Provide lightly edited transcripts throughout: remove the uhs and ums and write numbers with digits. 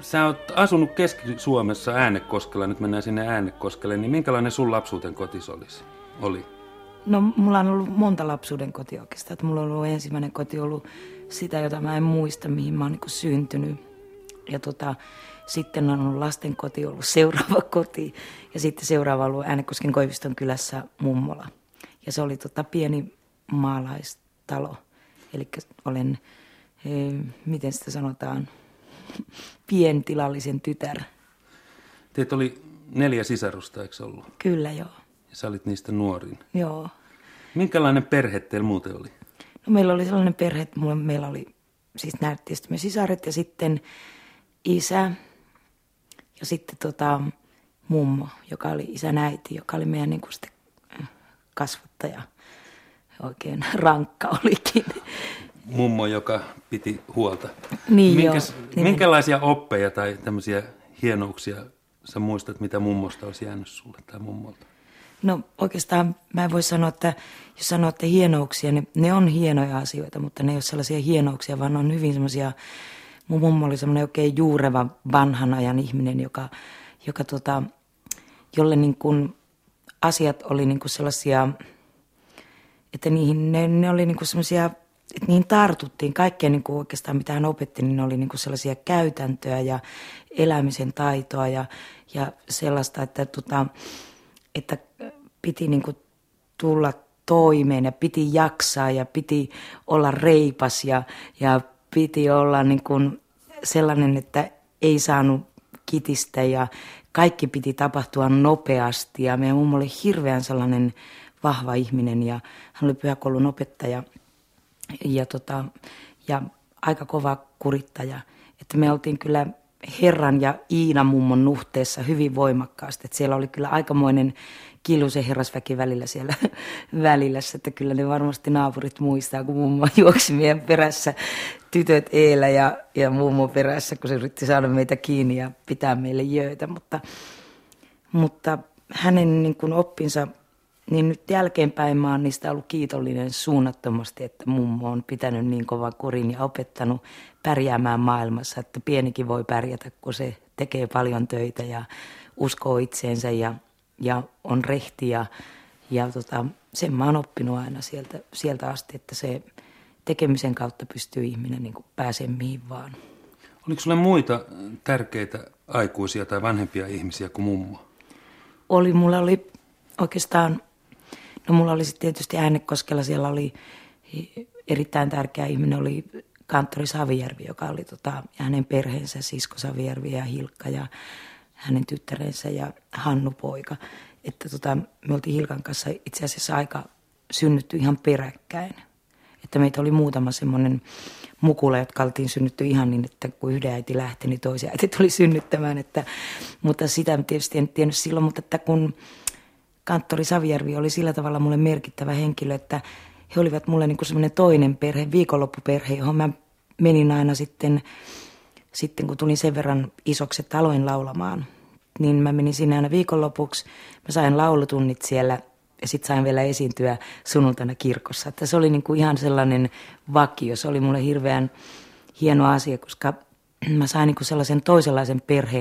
Sä oot asunut Keski-Suomessa Äänekoskella, nyt mennään sinne Äänekoskelle, niin minkälainen sun lapsuuden kotis oli? No mulla on ollut monta lapsuuden kotia oikeastaan. Että mulla on ollut ensimmäinen koti ollut sitä, jota mä en muista, mihin mä oon niin kuin syntynyt. Ja sitten on ollut lasten koti, ollut seuraava koti. Ja sitten seuraava on ollut Äänekosken Koiviston kylässä mummola. Ja se oli pieni maalaistalo. Eli olen, miten sitä sanotaan, pientilallisen tytär. Teitä oli 4 sisarusta, eikö ollut? Kyllä, joo. Ja sä olit niistä nuorin. Joo. Minkälainen perhe teillä muuten oli? No meillä oli sellainen perhe, että meillä oli siis näytteistä me sisaret ja sitten isä ja sitten mummo, joka oli isän äiti, joka oli meidän niin kuin sitten kasvattaja. Oikein rankka olikin. Mummo, joka piti huolta. Niin minkälaisia oppeja tai tämmöisiä hienouksia sä muistat, mitä mummosta olisi jäänyt sulle tai mummolta? No oikeastaan mä en voi sanoa, että jos sanoo, että hienouksia, niin ne on hienoja asioita, mutta ne ei ole sellaisia hienouksia, vaan ne on hyvin semmoisia. Mun mummo oli semmoinen oikein juureva vanhan ajan ihminen, jolle niin kuin asiat oli niin kuin sellaisia, että ne oli niin kuin semmoisia, että niihin tartuttiin. Kaikkea niin kuin oikeastaan mitä hän opetti, niin ne oli niin kuin sellaisia käytäntöä ja elämisen taitoa ja sellaista, että piti niin kuin tulla toimeen ja piti jaksaa ja piti olla reipas ja piti olla niin kuin sellainen, että ei saanut kitistä ja kaikki piti tapahtua nopeasti. Ja meidän mummo oli hirveän sellainen vahva ihminen ja hän oli pyhäkoulun opettaja ja aika kova kurittaja. Että me oltiin kyllä Herran ja Iina mummon nuhteessa hyvin voimakkaasti. Että siellä oli kyllä aikamoinen kiljusen herrasväki välillä siellä välilässä, että kyllä ne varmasti naapurit muistaa, kun mummo juoksi meidän perässä, tytöt eellä ja mummo perässä, kun se yritti saada meitä kiinni ja pitää meille jöötä. Mutta hänen niin kuin oppinsa, niin nyt jälkeenpäin mä oon niistä ollut kiitollinen suunnattomasti, että mummo on pitänyt niin kovan kurin ja opettanut pärjäämään maailmassa, että pienikin voi pärjätä, kun se tekee paljon töitä ja uskoo itseensä ja on rehti ja sen mä oon oppinut aina sieltä asti, että se tekemisen kautta pystyy ihminen niin kuin pääsemään mihin vaan. Oliko sulle muita tärkeitä aikuisia tai vanhempia ihmisiä kuin mummo? Mulla oli oikeastaan, mulla oli sitten tietysti Äänekoskella, siellä oli erittäin tärkeä ihminen, oli kanttori Savijärvi, joka oli ja hänen perheensä, sisko Savijärvi ja Hilkka ja hänen tyttärensä ja Hannu poika. Että me oltiin Hilkan kanssa itse asiassa aika synnytty ihan peräkkäin. Että meitä oli muutama semmoinen mukula, jotka oltiin synnytty ihan niin, että kun yhden äiti lähti, niin toisen äiti tuli synnyttämään. Mutta sitä tietysti en tiennyt silloin, mutta että kun kanttori Savijärvi oli sillä tavalla mulle merkittävä henkilö, että he olivat mulle niin kuin semmoinen toinen perhe, viikonloppuperhe, johon mä menin aina sitten kun tulin sen verran isoksi, että aloin laulamaan, niin mä menin sinne aina viikonlopuksi. Mä sain laulutunnit siellä ja sitten sain vielä esiintyä sunnuntaina kirkossa. Että se oli niin kuin ihan sellainen vakio. Se oli mulle hirveän hieno asia, koska mä sain niin kuin sellaisen toisenlaisen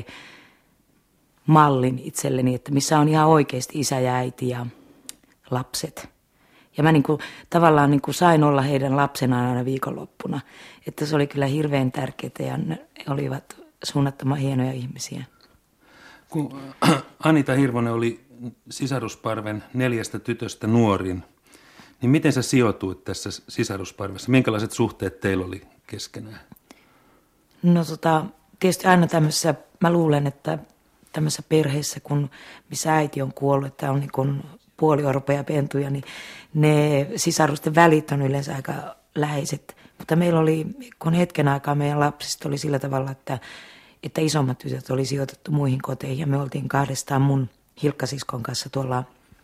perhemallin itselleni, että missä on ihan oikeasti isä ja äiti ja lapset. Ja mä tavallaan sain olla heidän lapsenaan aina viikonloppuna. Että se oli kyllä hirveän tärkeää ja ne olivat suunnattoman hienoja ihmisiä. Kun Anita Hirvonen oli sisarusparven 4 tytöstä nuorin, niin miten sä sijoituit tässä sisarusparvessa? Minkälaiset suhteet teillä oli keskenään? No tietysti aina tämmöisessä, mä luulen, että tämmöisessä perheessä, missä äiti on kuollut, että on niin kuin puoliorpoja pentuja, niin ne sisarusten välit on yleensä aika läheiset. Mutta meillä oli, kun hetken aikaa meidän lapsista oli sillä tavalla, että isommat tytöt oli sijoitettu muihin koteihin ja me oltiin kahdestaan mun Hilkkasiskon kanssa tuolla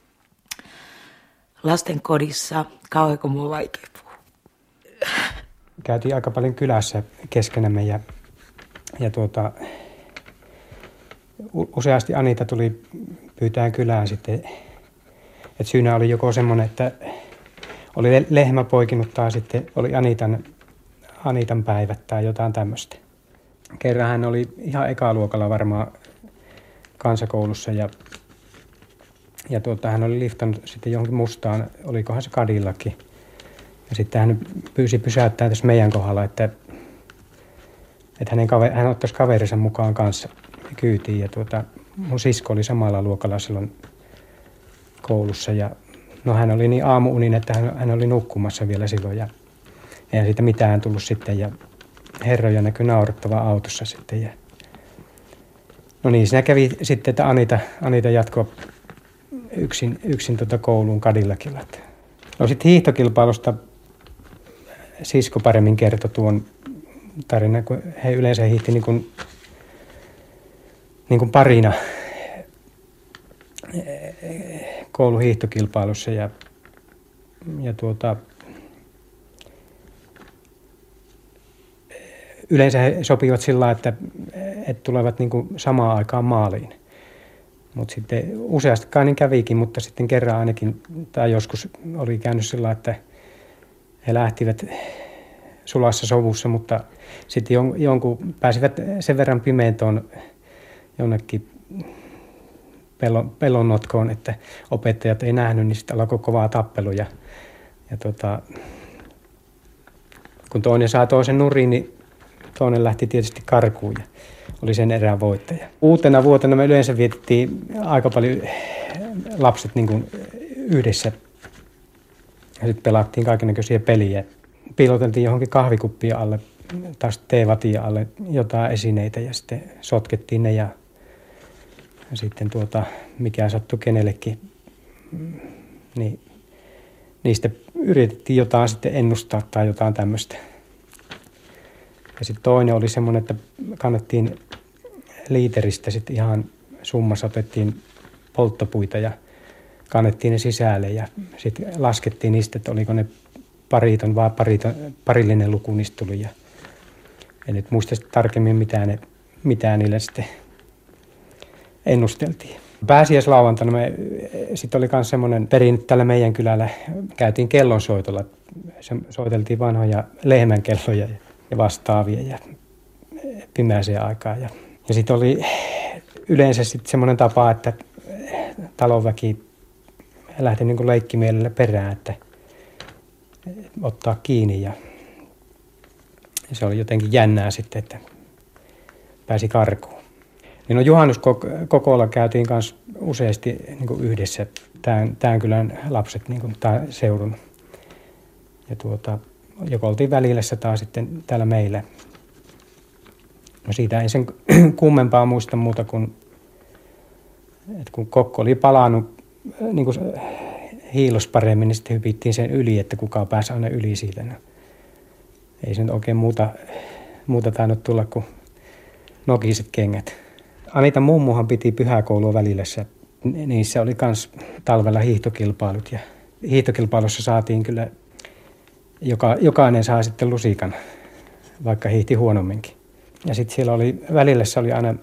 lastenkodissa. Kauhean kun mun on vaikea puhua. Käytiin aika paljon kylässä keskenämme ja useasti Anita tuli pyytään kylään sitten. Et syynä oli joko semmoinen, että oli lehmä poikinut tai sitten oli Anitan päivät tai jotain tämmöistä. kerran hän oli ihan ekaluokalla varmaan kansakoulussa ja hän oli liftannut sitten johonkin mustaan, olikohan se Cadillackin. Ja sitten hän pyysi pysäyttämään tässä meidän kohdalla, että hän ottaisi kaverinsa mukaan kanssa kyytiin. Ja mun sisko oli samalla luokalla silloin koulussa ja no hän oli niin aamuunin, että hän oli nukkumassa vielä silloin ja eihän siitä mitään tullut sitten ja herroja näkyi naurattavaa autossa sitten. Ja no niin, siinä kävi sitten, että Anita jatkoi yksin kouluun Cadillacilla. No sitten hiihtokilpailusta sisko paremmin kertoi tuon tarinan, kun he yleensä hiihti niin kuin parina kouluhiihtokilpailussa ja yleensä he sopivat sillä lailla, että tulevat niin kuin samaan aikaan maaliin. Mutta sitten useastikaan niin kävikin, mutta sitten kerran ainakin, tai joskus oli käynyt sillä lailla, että he lähtivät sulassa sovussa, mutta sitten jonkun pääsivät sen verran pimentoon jonnekin pellon notkoon, että opettajat ei nähnyt, niin sitten alkoi kovaa tappelu. Ja kun toinen saa toisen nurin, niin toinen lähti tietysti karkuun ja oli sen erään voittaja. Uutena vuotena me yleensä vietettiin aika paljon lapset niin kuin yhdessä. Ja sitten pelattiin kaikennäköisiä peliä. Piiloteltiin johonkin kahvikuppia alle, taas teevatia alle jotain esineitä ja sitten sotkettiin ne ja sitten mikä sattui kenellekin, niin niistä yritettiin jotain sitten ennustaa tai jotain tämmöistä. Ja sitten toinen oli semmoinen, että kannettiin liiteristä sitten ihan summassa, otettiin polttopuita ja kannettiin ne sisälle ja sitten laskettiin niistä, että oliko ne pariton vai parillinen luku niistä tuli. Ja en nyt muista tarkemmin mitä niille sitten ennusteltiin. Pääsiäislauantaina me sitten oli myös semmoinen perinne tällä meidän kylällä. Käytiin kellonsoitolla. Soiteltiin vanhoja lehmänkelloja ja vastaavia ja pimeäseen aikaan. Ja sitten oli yleensä sitten semmoinen tapa, että talonväki lähti niin kuin leikkimielellä perään, että ottaa kiinni. Ja se oli jotenkin jännää sitten, että pääsi karkuun. Niin no juhannuskokolla käytiin myös useasti niin kuin yhdessä tämän kylän lapset, niin kuin tämän seudun. Ja joko oltiin Välillässä tai sitten täällä meillä. No siitä ei sen kummempaa muista muuta kuin, että kun kokko oli palannut niin kuin hiilos paremmin, niin sitten hypittiin sen yli, että kuka pääsi aina yli siitä. No, ei se nyt oikein muuta tainnut tulla kuin nokiset kengät. Anita mummuhan piti pyhäkoulua Välilässä. Niissä oli myös talvella hiihtokilpailut ja hiihtokilpailussa saatiin kyllä, jokainen saa sitten lusikan, vaikka hiihti huonomminkin. Ja sitten siellä oli, Välilässä oli aina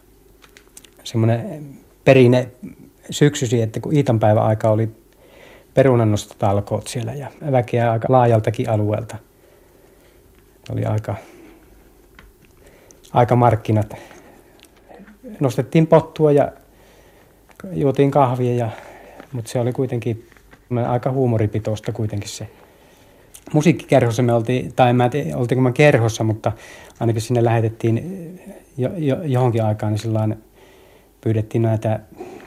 semmoinen perinne syksysi, että kun Iitanpäivän aika oli perunannostotalkoot siellä ja väkeä aika laajaltakin alueelta. Oli aika markkinat. Nostettiin pottua ja juotiin kahvia, mutta se oli kuitenkin aika huumoripitoista kuitenkin se. Musiikkikerhossa me oltiin, tai en tiedä oltiinko me kerhossa, mutta ainakin sinne lähetettiin johonkin aikaan, niin sillain pyydettiin näitä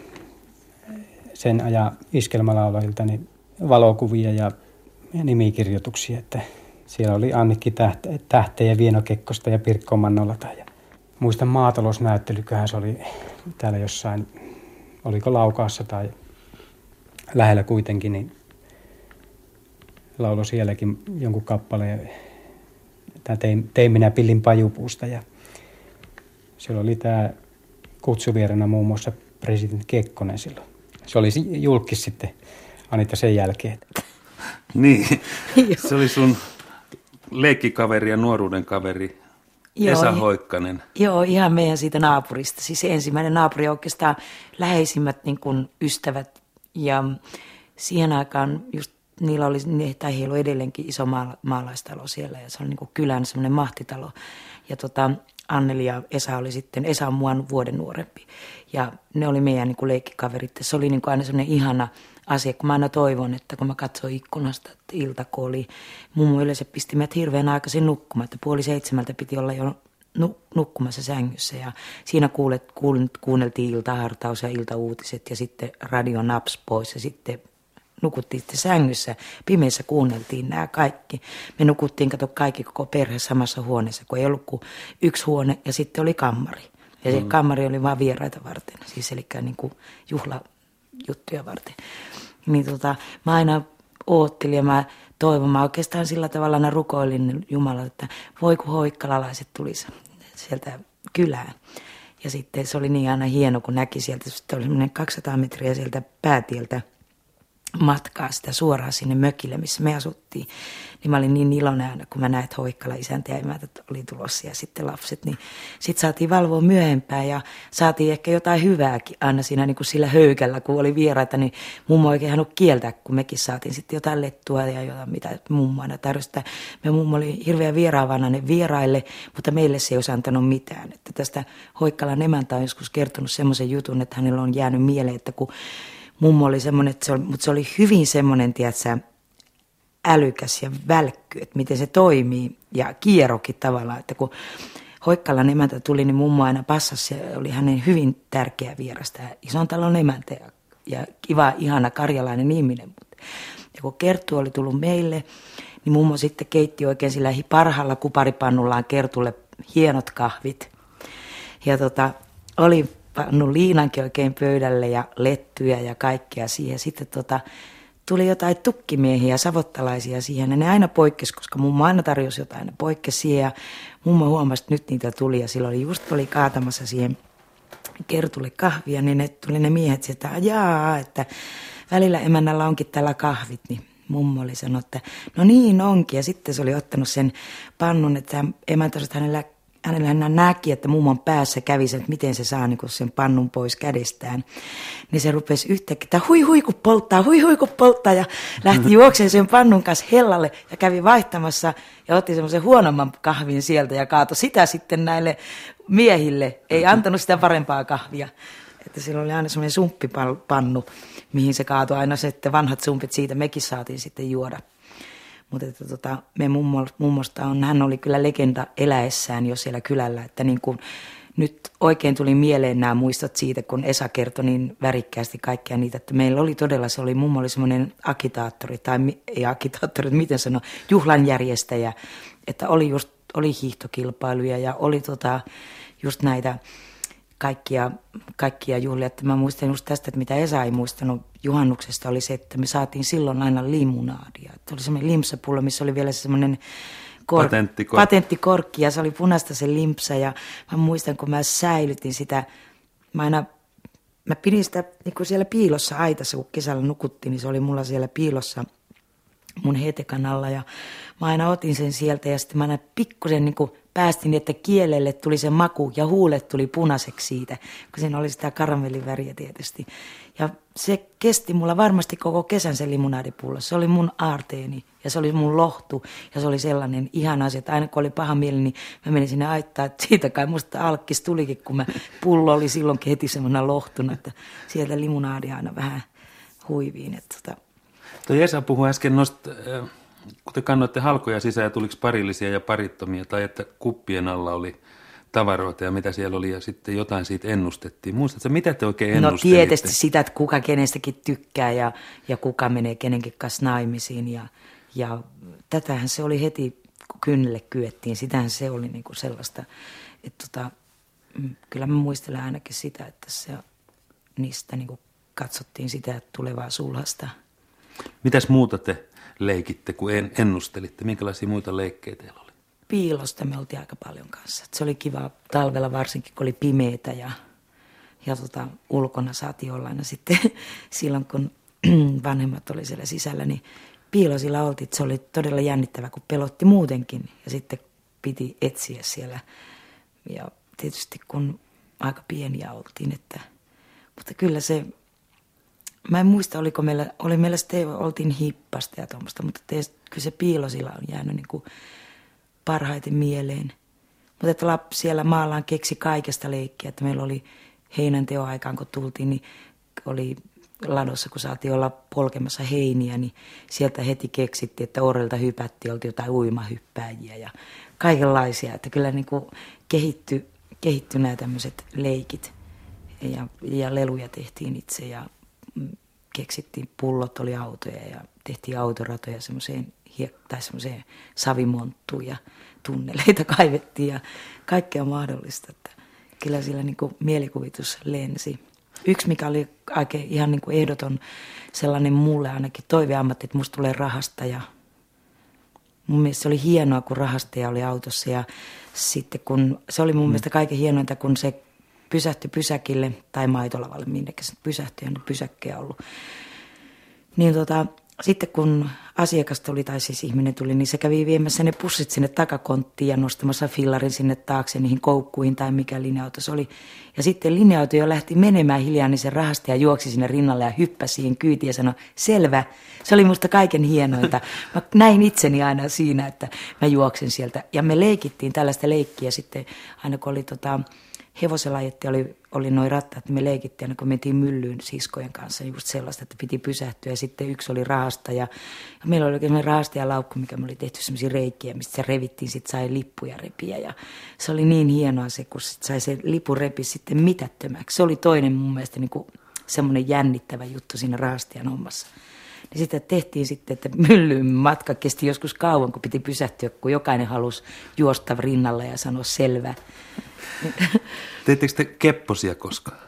sen ajan iskelmälaulajilta niin valokuvia ja nimikirjoituksia, että siellä oli Annikki Tähteä, Vieno Kekkosta ja Pirkko Mannolata. Ja muistan maatalousnäyttelyköhän se oli täällä jossain, oliko Laukaassa tai lähellä kuitenkin, niin lauloi sielläkin jonkun kappaleen, tein minä pillin pajupuusta. Ja siellä oli tämä kutsuvierana muun muassa presidentti Kekkonen silloin. Se oli julkis sitten Anita sen jälkeen. Niin, se oli sun leikkikaveri ja nuoruuden kaveri Esa Hoikkanen. Joo, ihan meidän siitä naapurista. Siis ensimmäinen naapuri oikeastaan läheisimmät niin kuin ystävät. Ja siihen aikaan just niillä oli, tai heillä on edelleenkin iso maalaistalo siellä ja se on niin kuin kylän semmoinen mahtitalo. Ja Anneli ja Esa oli sitten, Esa on mua vuoden nuorempi. Ja ne oli meidän niin kuin leikkikaverit. Se oli niin kuin aina semmoinen ihana asia, kun mä aina toivon, että kun mä katsoin ikkunasta, että ilta kun oli, mummo yleensä pisti meidät hirveän aikaisin nukkumaan, että 6:30 piti olla jo nukkumassa sängyssä ja siinä kuunneltiin iltahartaus ja iltauutiset ja sitten radio naps pois ja sitten nukuttiin sitten sängyssä. Pimeässä kuunneltiin nämä kaikki. Me nukuttiin, kaikki koko perhe samassa huoneessa, kun ei ollut kuin yksi huone ja sitten oli kammari. Ja se kammari oli vain vieraita varten, siis eli niin kuin juhlajuttuja varten. Niin mä aina oottelin ja mä toivon, mä oikeastaan sillä tavalla aina rukoilin Jumala, että voi kun hoikkalalaiset tulisi sieltä kylään. Ja sitten se oli niin aina hieno, kun näki sieltä, sitten oli semmoinen 200 metriä sieltä päätieltä matkaa sitä suoraan sinne mökille, missä me asuttiin. Niin mä olin niin iloinen aina, kun mä näin, että Hoikkala isäntä ja emäntä oli tulossa ja sitten lapset. Niin sitten saatiin valvoa myöhempään ja saatiin ehkä jotain hyvääkin aina siinä niin kuin sillä höykällä, kun oli vieraita. Niin mummo oikein halunnut kieltää, kun mekin saatiin sitten jotain lettua ja jotain, mitä mummo aina tarjosi. Me mummo oli hirveän vieraavanainen vieraille, mutta meille se ei olisi antanut mitään. Että tästä Hoikkalan emäntä on joskus kertonut semmoisen jutun, että hänellä on jäänyt mieleen, että kun mummo oli semmoinen, mutta se oli hyvin semmoinen, tiedätkö, älykäs ja välkky, että miten se toimii ja kierokin tavallaan, että kun Hoikkalan emäntä tuli, niin mummo aina passasi ja oli hänen hyvin tärkeä vierasta ja ison talon emäntä ja kiva, ihana karjalainen ihminen. Ja kun Kerttu oli tullut meille, niin mummo sitten keitti oikein sillä parhaalla kuparipannullaan Kertulle hienot kahvit ja oli pannut liinankin oikein pöydälle ja lettyjä ja kaikkea siihen. Sitten tuli jotain tukkimiehiä, savottalaisia siihen ja ne aina poikkesi, koska mummo aina tarjosi jotain, ne poikkesi siihen ja mummo huomasi, että nyt niitä tuli ja silloin oli kaatamassa siihen Kertulle kahvia, niin ne tuli ne miehet sieltä, että välillä emännällä onkin täällä kahvit, niin mummo oli sanonut, että no niin onkin ja sitten se oli ottanut sen pannun, että emäntä hänellä hän näki, että mummon päässä kävi sen, että miten se saa niin sen pannun pois kädestään. Niin se rupesi yhtäkkiä, että hui kun polttaa ja lähti juoksemaan sen pannun kanssa hellalle ja kävi vaihtamassa ja otti semmoisen huonomman kahvin sieltä ja kaatoi sitä sitten näille miehille. Ei antanut sitä parempaa kahvia. Että sillä oli aina semmoinen sumppipannu, mihin se kaatoi aina sitten vanhat sumpit siitä, mekin saatiin sitten juoda. Mutta me mummosta hän oli kyllä legenda eläessään jo siellä kylällä, että niin kuin nyt oikein tuli mieleen nämä muistot siitä, kun Esa kertoi niin värikkäästi kaikkia niitä, että meillä oli todella, mummo oli semmoinen agitaattori, tai ei agitaattori, miten sanoa, juhlanjärjestäjä, että oli hiihtokilpailuja ja oli just näitä kaikkia juhlia, että mä muistan just tästä, että mitä Esa ei muistanut juhannuksesta oli se, että me saatiin silloin aina limunaadia. Että oli semmoinen limpsapullo, missä oli vielä semmoinen patenttikorkki ja se oli punaista se limpsa ja mä muistan, kun mä säilytin sitä, mä pidin sitä niin kuin siellä piilossa aitassa, kun kesällä nukuttiin, niin se oli mulla siellä piilossa mun hetekan alla ja mä aina otin sen sieltä ja sitten mä aina pikkusen niin kuin päästin, että kielelle tuli se maku ja huulet tuli punaiseksi siitä, kun siinä oli sitä karamelliväriä tietysti. Ja se kesti mulla varmasti koko kesän se limunaadipullo. Se oli mun aarteeni ja se oli mun lohtu ja se oli sellainen ihana asia, että aina kun oli paha mieli, niin mä menin sinne aittaan, että siitä kai musta alkkis tulikin, kun pullo oli silloinkin heti semmoinen lohtuna, että sieltä limunaadia aina vähän huiviin. Että Toi Esa puhui äsken noista, kun te kannoitte halkoja sisään ja tuliko parillisia ja parittomia, tai että kuppien alla oli tavaroita ja mitä siellä oli ja sitten jotain siitä ennustettiin. Muistatko, mitä te oikein ennustelitte? No tietysti sitä, että kuka kenestäkin tykkää ja kuka menee kenenkin kanssa naimisiin ja tätähän se oli heti, kun kynnelle kyettiin. Sitähän se oli niinku sellaista, että kyllä mä muistelen ainakin sitä, että niistä niinku katsottiin sitä tulevaa sulhasta. Mitäs muuta te leikitte, kun ennustelitte? Minkälaisia muita leikkejä teillä oli? Piilosta me oltiin aika paljon kanssa. Se oli kiva talvella varsinkin, kun oli pimeätä ja ulkona saatiin olla aina sitten silloin, kun vanhemmat oli siellä sisällä, niin piilosilla oltiin. Se oli todella jännittävä, kun pelotti muutenkin ja sitten piti etsiä siellä. Ja tietysti kun aika pieniä oltiin, mutta kyllä se... Mä en muista, oli meillä sitten, oltiin hippasta ja tuommoista, mutta kyllä se piilosilla on jäänyt niin kuin parhaiten mieleen. Mutta että siellä maallaan keksi kaikesta leikkiä, että meillä oli heinänteon-aikaan, kun tultiin, niin oli ladossa, kun saatiin olla polkemassa heiniä, niin sieltä heti keksittiin, että orrelta hypättiin, oltiin jotain uimahyppääjiä ja kaikenlaisia, että kyllä niin kuin kehittyi nämä tämmöiset leikit ja leluja tehtiin itse ja keksittiin, pullot oli autoja ja tehtiin autoratoja semmoiseen savimonttuun ja tunneleita kaivettiin ja kaikkea mahdollista, että kyllä sillä niin kuin mielikuvitus lensi. Yksi, mikä oli ihan niin kuin ehdoton sellainen mulle ainakin toiveammatti, että musta tulee rahastaja. Mun mielestä se oli hienoa, kun rahastaja oli autossa ja sitten kun se oli mun mielestä kaiken hienointa, kun se pysähtyi pysäkille tai maitolavalle, minnekä se pysähtyi, ei pysäkkejä ollut. Niin sitten kun asiakas tuli, tai siis ihminen tuli, niin se kävi viemässä ne pussit sinne takakonttiin ja nostamassa fillarin sinne taakse niihin koukkuihin tai mikä linja-auto se oli. Ja sitten linja-auto jo lähti menemään hiljaa, niin se rahastaja juoksi sinne rinnalle ja hyppäsi siihen kyytiin ja sanoi, selvä. Se oli musta kaiken hienointa. Mä näin itseni aina siinä, että mä juoksen sieltä. Ja me leikittiin tällaista leikkiä sitten, aina kun oli hevosella ajettiin, oli noin rattaat, niin me leikittiin aina kun mentiin myllyyn siskojen kanssa, just sellaista, että piti pysähtyä. Ja sitten yksi oli rahastaja. Ja meillä oli oikein rahastajalaukku, mikä me oli tehty semmoisia reikiä, mistä se revittiin, sitten sai lippuja repiä. Ja se oli niin hienoa se, kun sit sai se lipu repi sitten mitättömäksi. Se oli toinen mun mielestä niin kuin semmoinen jännittävä juttu siinä rahastajan hommassa. Niin sitä tehtiin sitten, että myllyyn matka kesti joskus kauan, kun piti pysähtyä, kun jokainen halusi juosta rinnalla ja sanoa selvä. Teittekö te kepposia koskaan?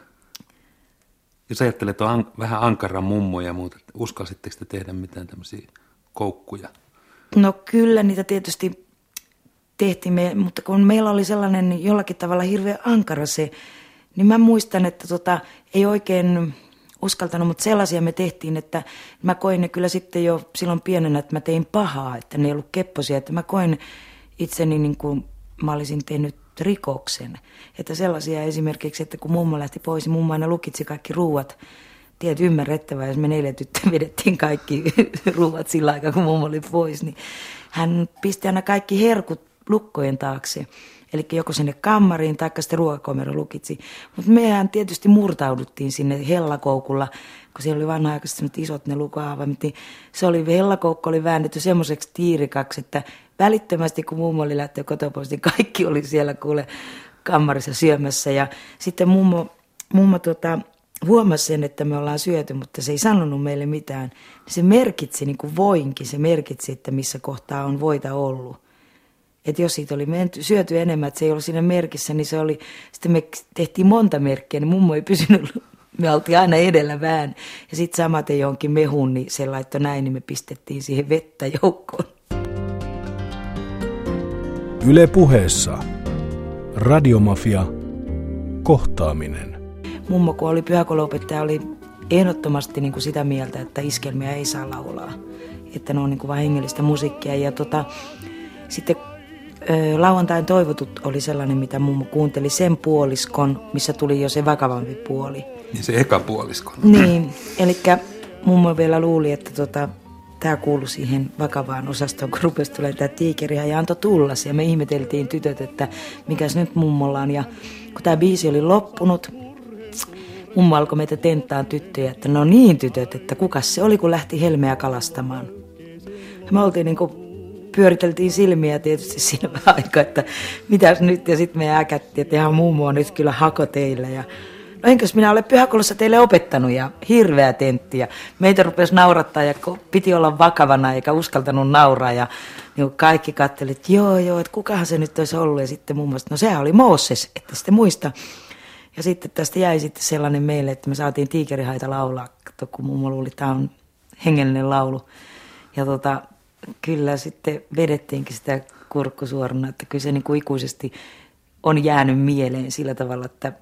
Jos ajattelet, että on vähän ankara mummo ja muuta, uskalsitteko te tehdä mitään tämmöisiä koukkuja? No kyllä niitä tietysti tehtiin, mutta kun meillä oli sellainen jollakin tavalla hirveän ankara se, niin mä muistan, että ei oikein uskaltanut, mutta sellaisia me tehtiin, että mä koin ne kyllä sitten jo silloin pienenä, että mä tein pahaa, että ne ei ollut kepposia, että mä koin itseni niin kuin mä olisin tehnyt rikoksen. Että sellaisia esimerkiksi, että kun mummo lähti pois, niin mummo aina lukitsi kaikki ruuat. Tiedät, ymmärrettävää, jos me 4 tyttöä vedettiin kaikki ruuat sillä aikaa, kun mummo oli pois, niin hän pisti aina kaikki herkut lukkojen taakse. Eli joko sinne kammariin tai sitten ruokakomero lukitsi. Mutta mehän tietysti murtauduttiin sinne hellakoukulla, kun siellä oli vanha-aikaiset isot ne lukuhaavaimet, niin se oli, hellakoukko oli väännetty semmoiseksi tiirikaksi, että välittömästi kun mummo oli lähtenyt kotoa pois, niin kaikki oli siellä kuule kammarissa syömässä. Ja sitten mummo huomasi sen, että me ollaan syöty, mutta se ei sanonut meille mitään. Se merkitsi niin kuin voinkin, se merkitsi, että missä kohtaa on voita ollut. Että jos siitä oli syöty enemmän, että se ei ollut siinä merkissä, niin se oli, sitten me tehtiin monta merkkiä, niin mummo ei pysynyt, me oltiin aina edellä vähän. Ja sitten samaten johonkin mehun, niin se laittoi näin, niin me pistettiin siihen vettä joukkoon. Yle Puheessa. Radiomafia. Kohtaaminen. Mummo, kun oli pyhäkouluopettaja, oli ehdottomasti niin kuin sitä mieltä, että iskelmiä ei saa laulaa. Että ne on niin kuin vain hengellistä musiikkia. Ja sitten lauantain toivotut oli sellainen, mitä mummo kuunteli sen puoliskon, missä tuli jo se vakavampi puoli. Niin se eka puolisko. Niin, eli mummo vielä luuli, että tämä kuului siihen vakavaan osastoon, kun rupesi tulemaan tämä tiikeriä ja antoi tulla. Ja me ihmeteltiin tytöt, että mikäs nyt mummolla on. Ja kun tämä biisi oli loppunut, mummo alkoi meitä tenttaan tyttöjä, että no niin tytöt, että kukas se oli, kun lähti helmeä kalastamaan. Ja me oltiin niin kuin pyöriteltiin silmiä tietysti siinä vähän aikaa, että mitäs nyt, ja sitten me äkättiin, että ihan mummo on nyt kyllä hako teille. Ja no enkös minä ole pyhäkoulussa teille opettanut, ja hirveä tentti, ja meitä rupesi naurattaa, ja piti olla vakavana, eikä uskaltanut nauraa, ja niin kaikki katselivat, että joo, että kukahan se nyt olisi ollut, ja sitten mummo, no sehän oli Mooses, että sitten muista. Ja sitten tästä jäi sitten sellainen meille, että me saatiin Tiikerihaita laulaa, kun mummo luuli, että tämä on hengellinen laulu. Ja kyllä sitten vedettiinkin sitä kurkkusuorana, että kyllä se niin kuin ikuisesti on jäänyt mieleen sillä tavalla, että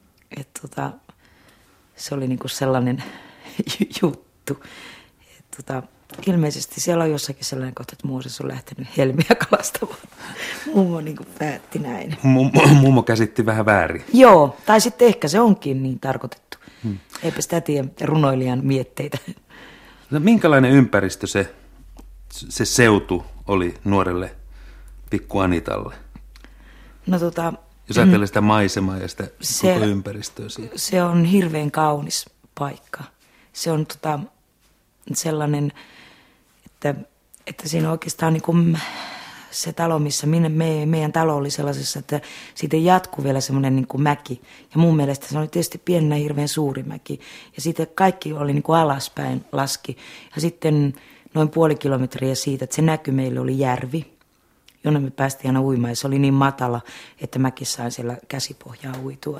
se oli niin kuin sellainen juttu. Ilmeisesti siellä on jossakin sellainen kohta, että Mooses on lähtenyt helmiä kalastamaan. Mummo niin kuin päätti näin. Mummo käsitti vähän väärin. Joo, tai sitten ehkä se onkin niin tarkoitettu. Eipä sitä tiedä runoilijan mietteitä. No, minkälainen ympäristö se seutu oli nuorelle pikku Anitalle? No Jos ajattelee sitä maisemaa ja sitä koko ympäristöä siitä. Se on hirveän kaunis paikka. Se on sellainen, että siinä oikeastaan niin kuin se talo, missä meidän talo oli sellaisessa, että siitä jatkuu vielä semmoinen niin kuin mäki. Ja mun mielestä se oli tietysti pienenä hirveän suuri mäki. Ja siitä kaikki oli niin kuin alaspäin laski. Ja sitten noin 0,5 kilometriä siitä, että se näky meille oli järvi, jonne me päästiin aina uimaan. Ja se oli niin matala, että mäkin sain siellä käsipohjaa uitua.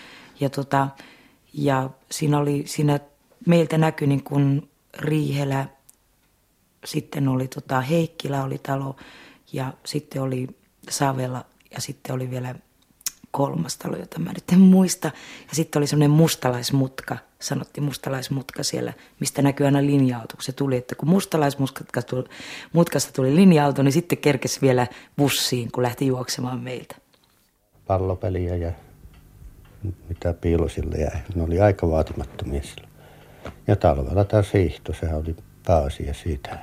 Ja siinä meiltä näkyi niin kuin Riihelä, sitten oli Heikkilä oli talo ja sitten oli Savela ja sitten oli vielä 3. talo, jota mä nyt en muista. Ja sitten oli semmoinen mustalaismutka, sanottiin mustalaismutka siellä, mistä näkyy aina linja-auto, kun se tuli. Että kun mustalaismutkasta tuli linja-auto, niin sitten kerkesi vielä bussiin, kun lähti juoksemaan meiltä. Pallopeliä ja mitä piilosille jäi. Ne oli aika vaatimattomia silloin. Ja talvella taas hiihto, sehän oli pääasia siitä.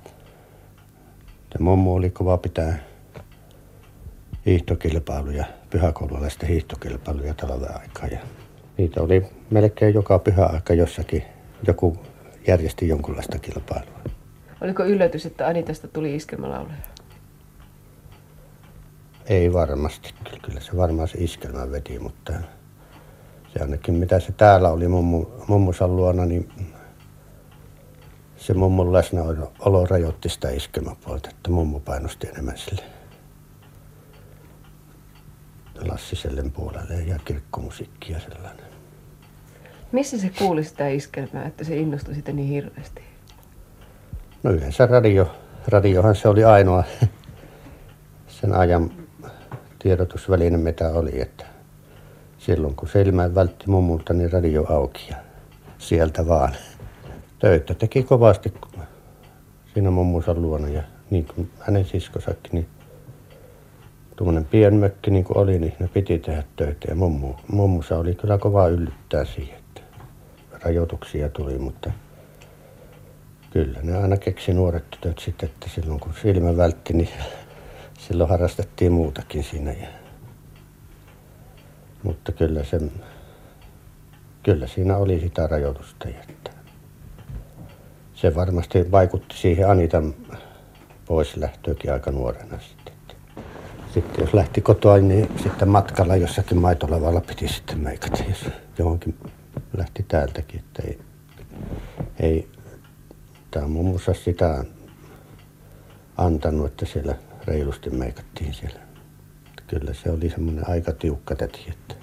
Se mummu oli kova pitää hiihtokilpailuja, pyhäkoululaisten hiihtokilpailuja talven aikaa. Ja niitä oli melkein joka pyhäaika jossakin. Joku järjesti jonkunlaista kilpailua. Oliko yllätys, että Anitasta tuli iskelmälaulaja? Ei varmasti. Kyllä se varmaan se iskelmän veti, mutta se ainakin mitä se täällä oli mummusan luona, niin se mummun läsnäolo rajoitti sitä iskelmäpuolta, että mummu painosti enemmän sille Lassisellen puolelle ja kirkkomusiikkia sellainen. Missä se kuuli sitä iskelmää, että se innostui sitä niin hirveästi? No yleensä radiohan se oli ainoa sen ajan tiedotusväline mitä oli, että silloin kun silmään vältti mummulta, niin radio auki ja sieltä vaan. Töitä teki kovasti siinä mummunsa luona ja niin kuin hänen siskosakin, niin tuommoinen pienmökki niin kuin oli, niin ne piti tehdä töitä ja mummusa oli kyllä kova yllyttää siihen, että rajoituksia tuli, mutta kyllä ne aina keksi nuoret tytöt sitten, että silloin kun silmä vältti, niin silloin harrastettiin muutakin siinä. Mutta kyllä siinä oli sitä rajoitusta. Että se varmasti vaikutti siihen Anitan pois lähtöäkin aika nuorena sitten. Sitten jos lähti kotoa, niin sitten matkalla jossakin maitolavalla piti sitten meikata, jos johonkin lähti täältäkin. Että ei tämä mummussa sitä antanut, että siellä reilusti meikattiin siellä. Kyllä se oli semmoinen aika tiukka täti, että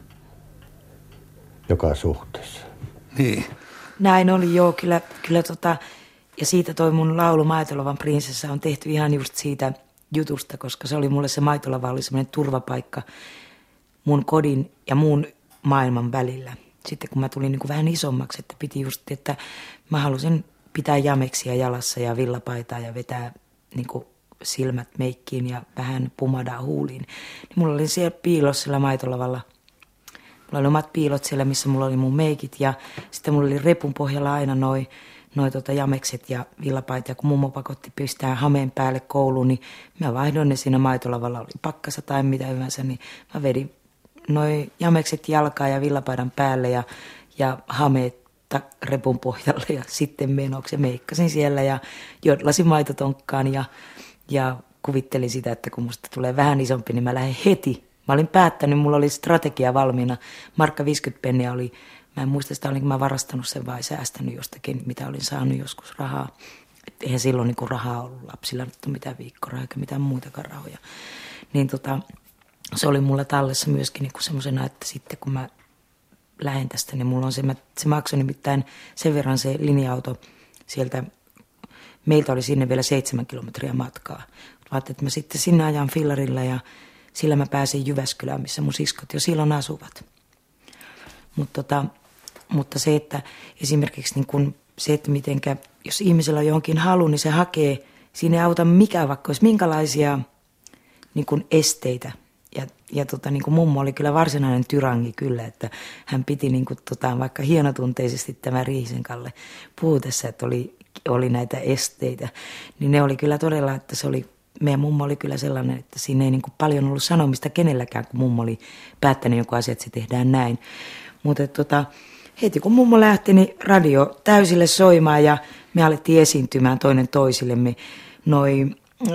joka suhteessa. Niin. Näin oli joo, kyllä ja siitä toi mun laulu Maitolavan prinsessa on tehty ihan just siitä jutusta, koska se oli mulle se Maitolava oli semmoinen turvapaikka mun kodin ja muun maailman välillä. Sitten kun mä tulin niin kuin vähän isommaksi, että piti just, että mä halusin pitää jameksia jalassa ja villapaitaa ja vetää niin kuin silmät meikkiin ja vähän pumadaa huuliin. Niin mulla oli siellä piilossa siellä Maitolavalla. Mulla oli omat piilot siellä, missä mulla oli mun meikit ja sitten mulla oli repun pohjalla aina noi jamekset ja villapaita. Ja kun mummo pakotti pistää hameen päälle kouluun, niin mä vaihdoin ne siinä Maitolavalla. Oli pakkasa tai mitä hyvänsä, niin mä vedin noi jamekset jalkaan ja villapaidan päälle ja hameet repun pohjalle ja sitten menoksi. Meikkasin siellä ja jodlasin maitotonkkaan ja kuvittelin sitä, että kun musta tulee vähän isompi, niin mä lähden heti. Mä olin päättänyt, mulla oli strategia valmiina. Markka 50 penniä oli, mä en muista sitä, olinko mä varastanut sen vai säästänyt jostakin, mitä olin saanut joskus rahaa. Et eihän silloin niin rahaa ollut lapsilla, nyt on mitään viikkorahaa eikä mitään muitakaan rahoja. Niin se oli mulla tallessa myöskin niin semmoisena, että sitten kun mä lähden tästä, niin mulla on se maksoi nimittäin sen verran se linja-auto sieltä. Meiltä oli sinne vielä 7 kilometriä matkaa. Ajattelin, että mä sitten sinne ajan fillarilla ja sillä mä pääsin Jyväskylään, missä mun siskot jo silloin asuvat. Mutta se, että esimerkiksi niin kun se, että mitenkä, jos ihmisellä on johonkin halu, niin se hakee, siinä ei auta mikään, vaikka olisi minkälaisia niin kun esteitä. Ja niin kuin mummo oli kyllä varsinainen tyrangi kyllä, että hän piti niin kuin, vaikka hienotunteisesti tämä Riihisen Kalle puhutessa, että oli näitä esteitä. Niin ne oli kyllä todella, että se oli meidän mummo oli kyllä sellainen, että siinä ei niin kuin paljon ollut sanomista kenelläkään, kun mummo oli päättänyt jonkun asian, että se tehdään näin. Mutta heti kun mummo lähti, niin radio täysille soimaan ja me alettiin esiintymään toinen toisillemme. Noi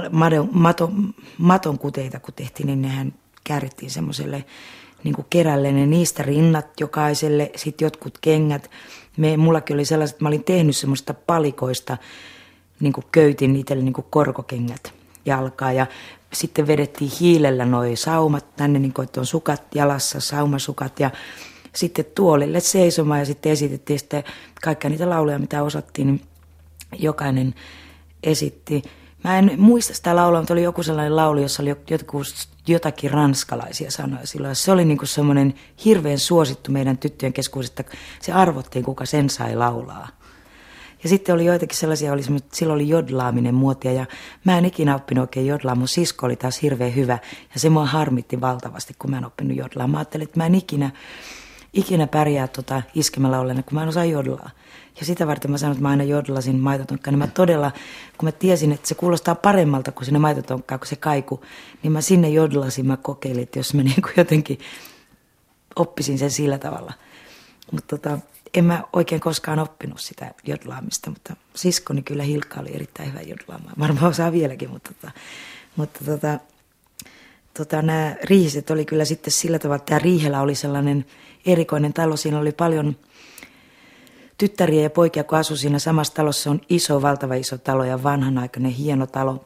maton kuteita, kun tehtiin, niin nehän käärittiin semmoiselle niin kuin kerälle ne niistä rinnat jokaiselle, sitten jotkut kengät. Mullakin oli sellaiset, että mä olin tehnyt semmoista palikoista, niin kuin köytin itselle niin kuin korkokengät jalkaa ja sitten vedettiin hiilellä noi saumat tänne, niin kuin, että on sukat jalassa, saumasukat ja sitten tuolille seisomaan ja sitten esitettiin sitten kaikkia niitä lauluja, mitä osattiin, niin jokainen esitti. Mä en muista sitä laulua, mutta oli joku sellainen laulu, jossa oli jotakin ranskalaisia sanoja silloin. Se oli niin kuin semmoinen hirveän suosittu meidän tyttöjen keskuudesta, että se arvottiin, kuka sen sai laulaa. Ja sitten oli joitakin sellaisia, silloin oli jodlaaminen muotia ja mä en ikinä oppinut oikein jodlaa. Mun sisko oli taas hirveän hyvä ja se mua harmitti valtavasti, kun mä en oppinut jodlaa. Mä ajattelin, että mä en ikinä pärjää iskemällä ollen, kun mä en osaa jodlaa. Ja sitä varten mä sanoin, että mä aina jodlasin maitotonkkaa, niin mä todella, kun mä tiesin, että se kuulostaa paremmalta kuin sinne maitotonkkaan, kun se kaiku, niin mä sinne jodlasin, mä kokeilin, että jos mä niin kuin jotenkin oppisin sen sillä tavalla. Mutta en mä oikein koskaan oppinut sitä jodlaamista, mutta siskoni kyllä Hilkka oli erittäin hyvä jodlaamaan. Varmaan osaa vieläkin, mutta nämä riihiset oli kyllä sitten sillä tavalla, että tämä Riihelä oli sellainen erikoinen talo. Siinä oli paljon tyttäriä ja poikia, kun asui siinä samassa talossa. Se on valtava iso talo ja vanhanaikainen hieno talo.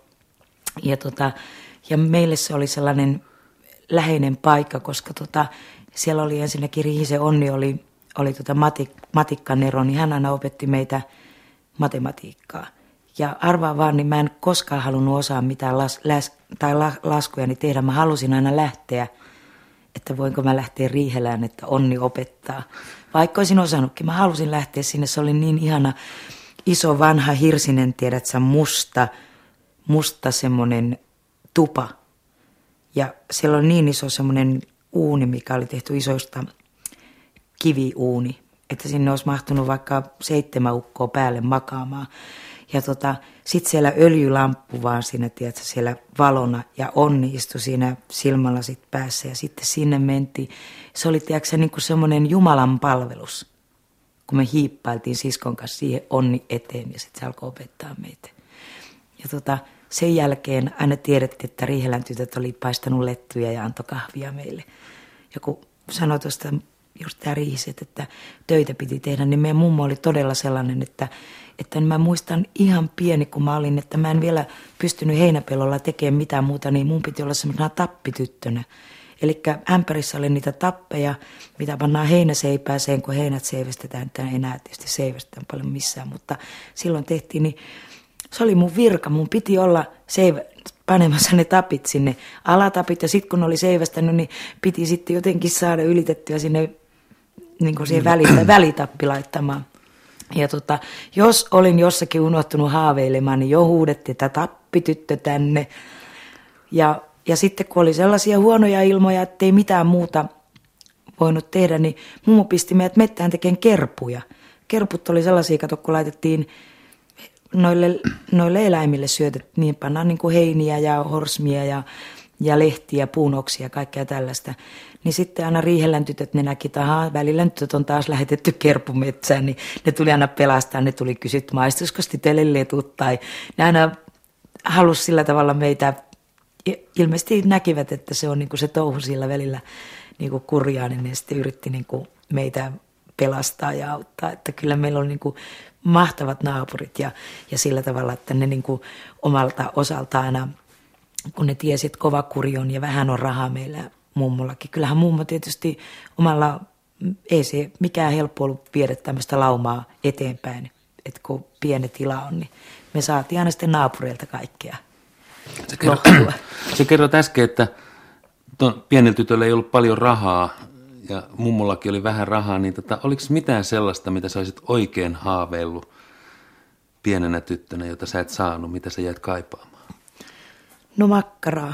Ja meille se oli sellainen läheinen paikka, koska siellä oli ensinnäkin Riihisen Onni oli matikkanero, niin hän aina opetti meitä matematiikkaa. Ja arvaa vaan, niin mä en koskaan halunnut osaa mitään laskujani tehdä. Mä halusin aina lähteä, että voinko mä lähteä Riihelään, että Onni opettaa. Vaikka olisin osannutkin, mä halusin lähteä sinne. Se oli niin ihana, iso vanha hirsinen, tiedät sä, musta semmoinen tupa. Ja siellä on niin iso semmoinen uuni, mikä oli tehty isoista kiviuuni, että sinne olisi mahtunut vaikka 7 ukkoa päälle makaamaan. Ja sitten siellä öljylamppu vaan siinä, tiedätkö, siellä valona ja Onni istui siinä silmälasit päässä ja sitten sinne mentiin. Se oli, tiedätkö, niin kuin semmoinen Jumalan palvelus, kun me hiippailtiin siskon kanssa siihen Onni eteen ja sitten se alkoi opettaa meitä. Ja sen jälkeen aina tiedettiin, että Riihelän tytöt oli paistanut lettuja ja antoi kahvia meille. Ja kun sanoi tuosta just tämä Riihiset, että töitä piti tehdä, niin meidän mummo oli todella sellainen, että mä muistan ihan pieni, kun mä olin, että mä en vielä pystynyt heinäpellolla tekemään mitään muuta, niin mun piti olla semmoisena tappityttönä. Eli ämpärissä oli niitä tappeja, mitä pannaan heinäseipääseen, kun heinät seivästetään, että ei enää tietysti seivästetään paljon missään, mutta silloin tehtiin, niin se oli mun virka, mun piti olla panemassa ne tapit sinne, alatapit, ja sitten kun oli seivästänyt, niin piti sitten jotenkin saada ylitettyä sinne niin kuin siihen välitappi laittamaan. Ja jos olin jossakin unohtunut haaveilemaan, niin jo huudettiin, että tappityttö tänne. Ja sitten kun oli sellaisia huonoja ilmoja, ettei mitään muuta voinut tehdä, niin mummo pisti meidät mettään tekemään kerpuja. Kerput oli sellaisia, kun laitettiin noille eläimille syötet, niin pannaan niin kuin heiniä ja horsmia ja lehtiä, puunoksia ja kaikkea tällaista. Niin sitten aina Riihelän tytöt, ne näki, että välillä tytöt on taas lähetetty kerpumetsään, niin ne tuli aina pelastaa, ne tuli kysyä, maistuisiko teille letut, tai ne aina halusi sillä tavalla meitä, ilmeisesti näkivät, että se on niin kuin se touhu sillä välillä niin kuin kurjaa, niin ne sitten yritti niin kuin meitä pelastaa ja auttaa, että kyllä meillä on niin kuin mahtavat naapurit ja sillä tavalla, että ne niin kuin omalta osaltaan aina, kun ne tiesi, että kova kuri on ja vähän on rahaa meillä mummollakin. Kyllähän mummo tietysti omalla, ei se mikään helppo ollut viedä tämmöistä laumaa eteenpäin, että kun pieni tila on, niin me saatiin aina sitten naapureilta kaikkea lohtua. Sä kerroit äsken, että pienellä tytöllä ei ollut paljon rahaa ja mummollakin oli vähän rahaa, niin oliko mitään sellaista, mitä sä olisit oikein haaveillut pienenä tyttönä, jota sä et saanut, mitä sä jäät kaipaamaan? No makkaraa.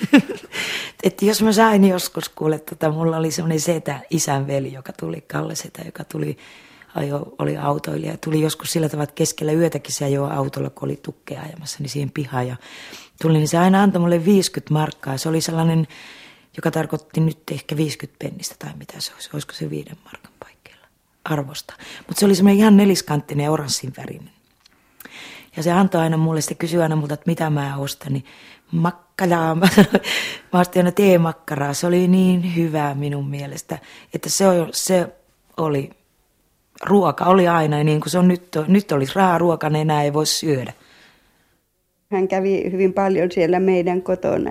Että jos mä sain joskus kuule, mulla oli semmoinen setä, isän veli, joka tuli, Kalle setä, joka oli autoilija. Tuli joskus sillä tavalla, että keskellä yötäkin se ajoi autolla, kun oli tukkeja ajamassa, niin siihen pihaan. Ja tuli, niin se aina antoi mulle 50 markkaa. Se oli sellainen, joka tarkoitti nyt ehkä 50 pennistä tai mitä se olisi. Olisiko se 5 markan paikkeilla arvosta. Mutta se oli semmoinen ihan neliskanttinen ja oranssin värinen. Ja se antoi aina mulle, se kysyi aina multa, että mitä mä ostan, niin makkaraa. Mä ostin aina teemakkaraa. Se oli niin hyvää minun mielestä, että se oli, ruoka oli aina niin kuin se on nyt olisi raharuoka, niin enää ei voi syödä. Hän kävi hyvin paljon siellä meidän kotona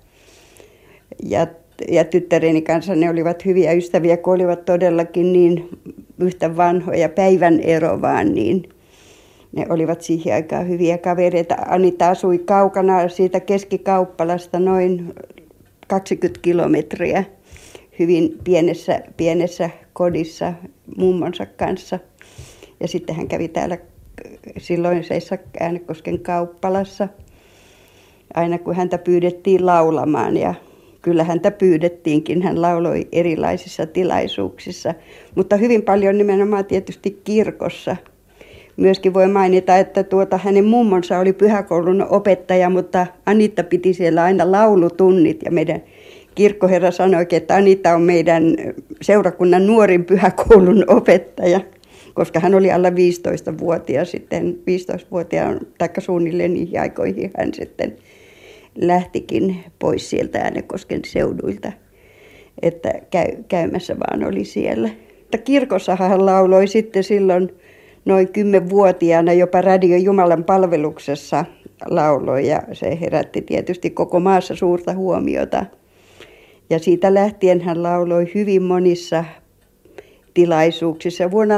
ja tyttäreni kanssa ne olivat hyviä ystäviä, kun olivat todellakin niin yhtä vanhoja päivän ero vaan, niin ne olivat siihen aikaan hyviä kavereita. Anita asui kaukana siitä Keskikauppalasta noin 20 kilometriä hyvin pienessä kodissa mummonsa kanssa. Ja sitten hän kävi täällä silloisessa Äänekosken kauppalassa aina kun häntä pyydettiin laulamaan ja kyllä häntä pyydettiinkin. Hän lauloi erilaisissa tilaisuuksissa, mutta hyvin paljon nimenomaan tietysti kirkossa. Myöskin voi mainita, että hänen mummonsa oli pyhäkoulun opettaja, mutta Anita piti siellä aina laulutunnit ja meidän kirkkoherra sanoi, että Anita on meidän seurakunnan nuorin pyhäkoulun opettaja, koska hän oli alla 15-vuotias sitten, 15-vuotiaan taikka suunnilleen niihin aikoihin hän sitten lähtikin pois sieltä Äänekosken seuduilta, että käymässä vaan oli siellä. Kirkossahan hän lauloi sitten silloin noin 10-vuotiaana jopa Radio Jumalan palveluksessa lauloi ja se herätti tietysti koko maassa suurta huomiota. Ja siitä lähtien hän lauloi hyvin monissa tilaisuuksissa. Vuonna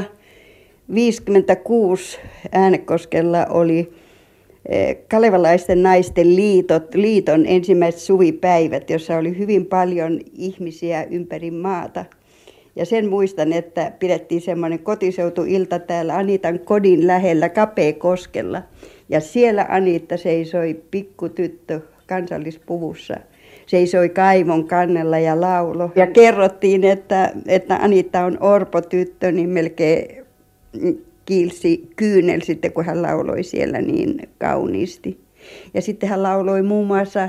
1956 Äänekoskella oli kalevalaisten naisten liiton ensimmäiset suvipäivät, jossa oli hyvin paljon ihmisiä ympäri maata. Ja sen muistan, että pidettiin semmoinen kotiseutuilta täällä Anitan kodin lähellä Kapeakoskella. Ja siellä Anitta seisoi pikkutyttö kansallispuvussa. Seisoi kaivon kannella ja laulo. Ja kerrottiin, että Anitta on orpotyttö, niin melkein kiilsi kyynel sitten, kun hän lauloi siellä niin kauniisti. Ja sitten hän lauloi muun muassa,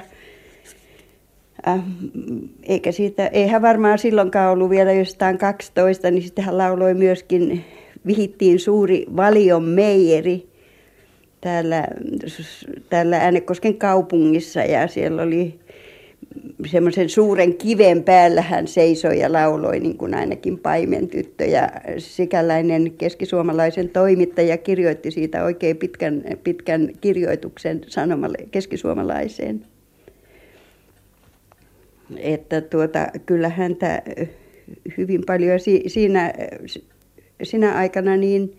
ei hän varmaan silloinkaan ollut vielä jostain 12, niin sitten hän lauloi myöskin, vihittiin suuri Valion meijeri täällä Äänekosken kaupungissa ja siellä oli semmoisen suuren kiven päällä hän seisoi ja lauloi niin kuin ainakin paimentyttö ja sikäläinen keskisuomalaisen toimittaja kirjoitti siitä oikein pitkän kirjoituksen sanomalle keskisuomalaiseen. Että kyllä häntä hyvin paljon siinä aikana niin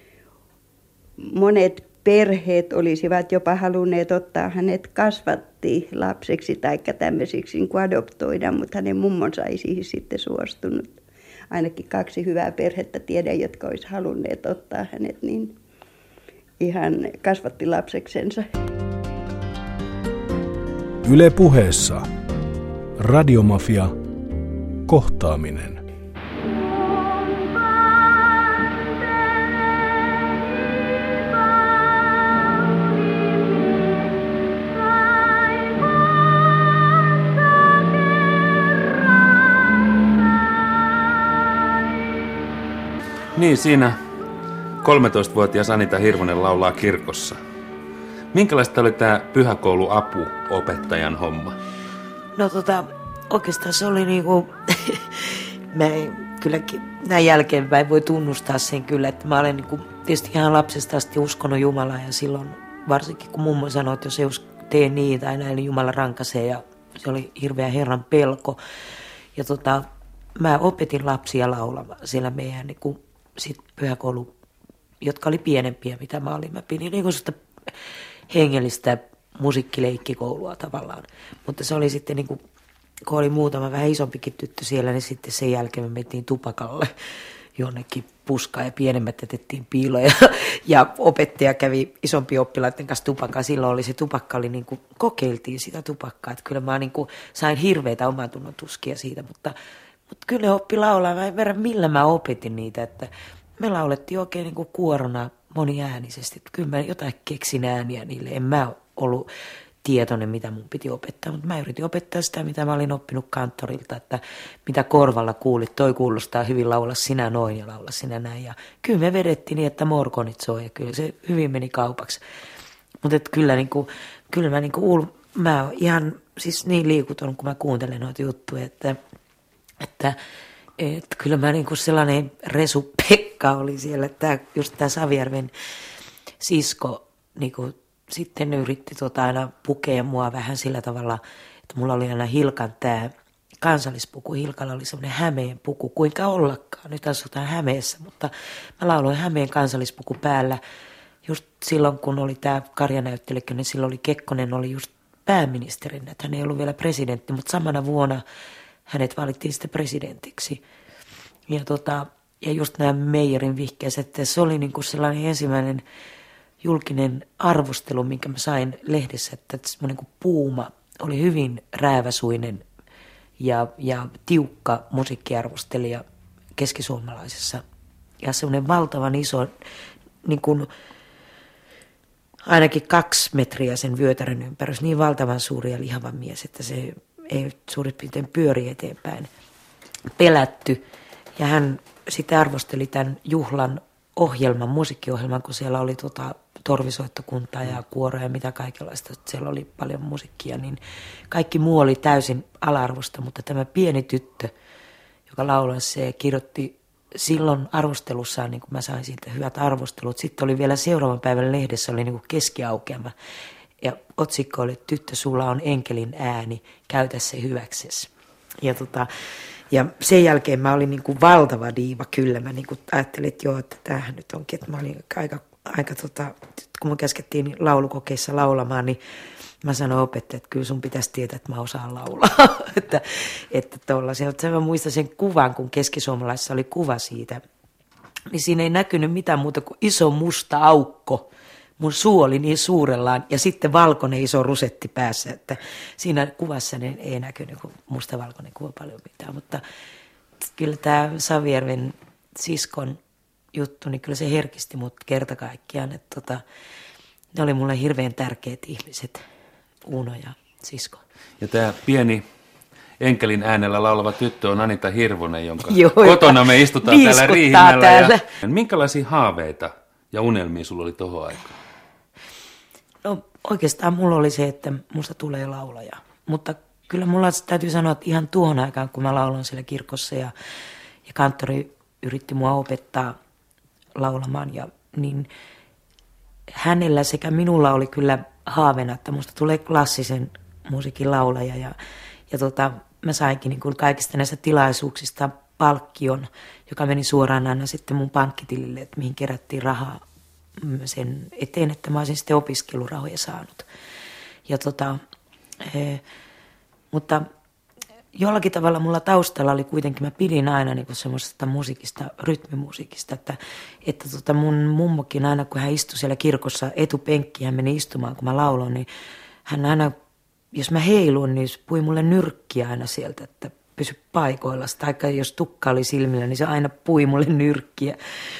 monet perheet olisivat jopa halunneet ottaa hänet kasvattilapseksi tai tämmöisiksi niin kuin adoptoida, mutta hänen mummonsa ei siihen sitten suostunut. Ainakin 2 hyvää perhettä tiedän, jotka olisi halunneet ottaa hänet niin ihan kasvattilapseksensa. Yle Puheessa. Radiomafia. Kohtaaminen. Niin, siinä 13-vuotias Anita Hirvonen laulaa kirkossa. Minkälaista oli tämä pyhäkouluapuopettajan homma? No oikeastaan se oli niinku, mä kylläkin näin jälkeenpäin voi tunnustaa sen kyllä, että mä olen niinku tietysti ihan lapsesta asti uskonut Jumalaa ja silloin varsinkin kun mummo sanoi, että jos ei tee niin tai näin, niin Jumala rankaisee ja se oli hirveä Herran pelko. Ja mä opetin lapsia laulamaan siellä meidän niinku sit pyhäkoulu, jotka oli pienempiä mitä mä olin. Mä pidin niinku sitä hengellistä musiikkileikkikoulua tavallaan, mutta se oli sitten niinku, kun oli muutama vähän isompikin tyttö siellä, niin sitten sen jälkeen me mentiin tupakalle jonnekin puskaan ja pienemmät jätettiin piiloja ja opettaja kävi isompi oppilaiden kanssa tupakkaa. Silloin oli se tupakka, oli niin kuin, kokeiltiin sitä tupakkaa, että kyllä mä niin kuin, sain hirveitä omantunnon tuskia siitä, mutta kyllä ne oppi laulaa. Mä en verran millä mä opetin niitä, että me laulettiin oikein niin kuin kuorona moniäänisesti, että kyllä mä jotain keksin ääniä niille, en mä ollut tietoinen, mitä mun piti opettaa, mutta mä yritin opettaa sitä, mitä mä olin oppinut kanttorilta, että mitä korvalla kuulit, toi kuulostaa hyvin, laula sinä noin ja laula sinä näin. Ja kyllä me vedettiin niin, että morkonit soi ja kyllä se hyvin meni kaupaksi. Mutta kyllä mä oon ihan siis niin liikutunut, kun mä kuuntelen noita juttuja, että kyllä mä sellainen Resu Pekka oli siellä, että just tämä Savijärven sisko sitten yritti aina pukea mua vähän sillä tavalla, että mulla oli aina Hilkan tämä kansallispuku. Hilkalla oli semmoinen Hämeen puku, kuinka ollakaan. Nyt asutaan Hämeessä, mutta mä lauloin Hämeen kansallispuku päällä. Just silloin, kun oli tämä karjanäyttelijä, niin silloin Kekkonen oli just pääministerinä. Hän ei ollut vielä presidentti, mutta samana vuonna hänet valittiin sitten presidentiksi. Ja just nämä Meijerin vihkeessä, että se oli sellainen ensimmäinen julkinen arvostelu, minkä mä sain lehdessä, että semmoinen Puuma oli hyvin rääväsuinen ja tiukka musiikkiarvostelija keskisuomalaisessa. Ja semmoinen valtavan iso, ainakin 2 metriä sen vyötärön ympärys, niin valtavan suuri ja lihava mies, että se ei suurin piirtein pyöri eteenpäin. Pelätty. Ja hän sitten arvosteli tämän juhlan ohjelman, musiikkiohjelman, kun siellä oli torvisoittokuntaa ja kuoroja ja mitä kaikenlaista. Siellä oli paljon musiikkia, niin kaikki muu oli täysin ala-arvosta, mutta tämä pieni tyttö, joka lauloi, se kirjoitti silloin arvostelussaan, niin kuin mä sain siitä hyvät arvostelut. Sitten oli vielä seuraavan päivän lehdessä, oli keskiaukeama. Ja otsikko oli, tyttö, sulla on enkelin ääni, käytä se hyväksesi. Ja sen jälkeen mä olin valtava diiva kyllä. Mä ajattelin, että joo, että tämähän nyt onkin, että mä olin aika kun mun käskettiin laulukokeissa laulamaan, niin mä sanoin opettajalle, että kyllä sun pitäisi tietää, että mä osaan laulaa. että tollaisia. Mä muistan sen kuvan, kun keskisuomalaisessa oli kuva siitä, niin siinä ei näkynyt mitään muuta kuin iso musta aukko. Mun suu oli niin suurellaan ja sitten valkoinen iso rusetti päässä, että siinä kuvassa ei näkynyt mustavalkoinen kuva paljon mitään. Mutta kyllä tämä Savijärven siskon juttu, niin kyllä se herkisti mut kerta kaikkiaan. Että ne oli mulle hirveän tärkeät ihmiset, Uuno ja sisko. Ja tämä pieni enkelin äänellä laulava tyttö on Anita Hirvonen, jonka kotona me istutaan täällä Riihimäellä. Täällä. Minkälaisia haaveita ja unelmia sulla oli tohon aikaan? No oikeastaan mulla oli se, että musta tulee laulaja. Mutta kyllä mulla täytyy sanoa, että ihan tuohon aikaan, kun mä laulan siellä kirkossa ja kanttori yritti mua opettaa laulamaan, niin hänellä sekä minulla oli kyllä haaveena, että musta tulee klassisen musiikin laulaja. Ja mä sainkin kaikista näistä tilaisuuksista palkkion, joka meni suoraan aina sitten mun pankkitilille, että mihin kerättiin rahaa sen eteen, että mä olisin sitten opiskelurahoja saanut. Mutta jollakin tavalla mulla taustalla oli kuitenkin, mä pidin aina semmoisesta musiikista, rytmimusiikista, että mun mummokin aina, kun hän istui siellä kirkossa etupenkkiin, hän meni istumaan, kun mä lauloin, niin hän aina, jos mä heiluin, niin pui mulle nyrkkiä aina sieltä, että pysy paikoilla. Tai jos tukka oli silmillä, niin se aina pui mulle nyrkkiä.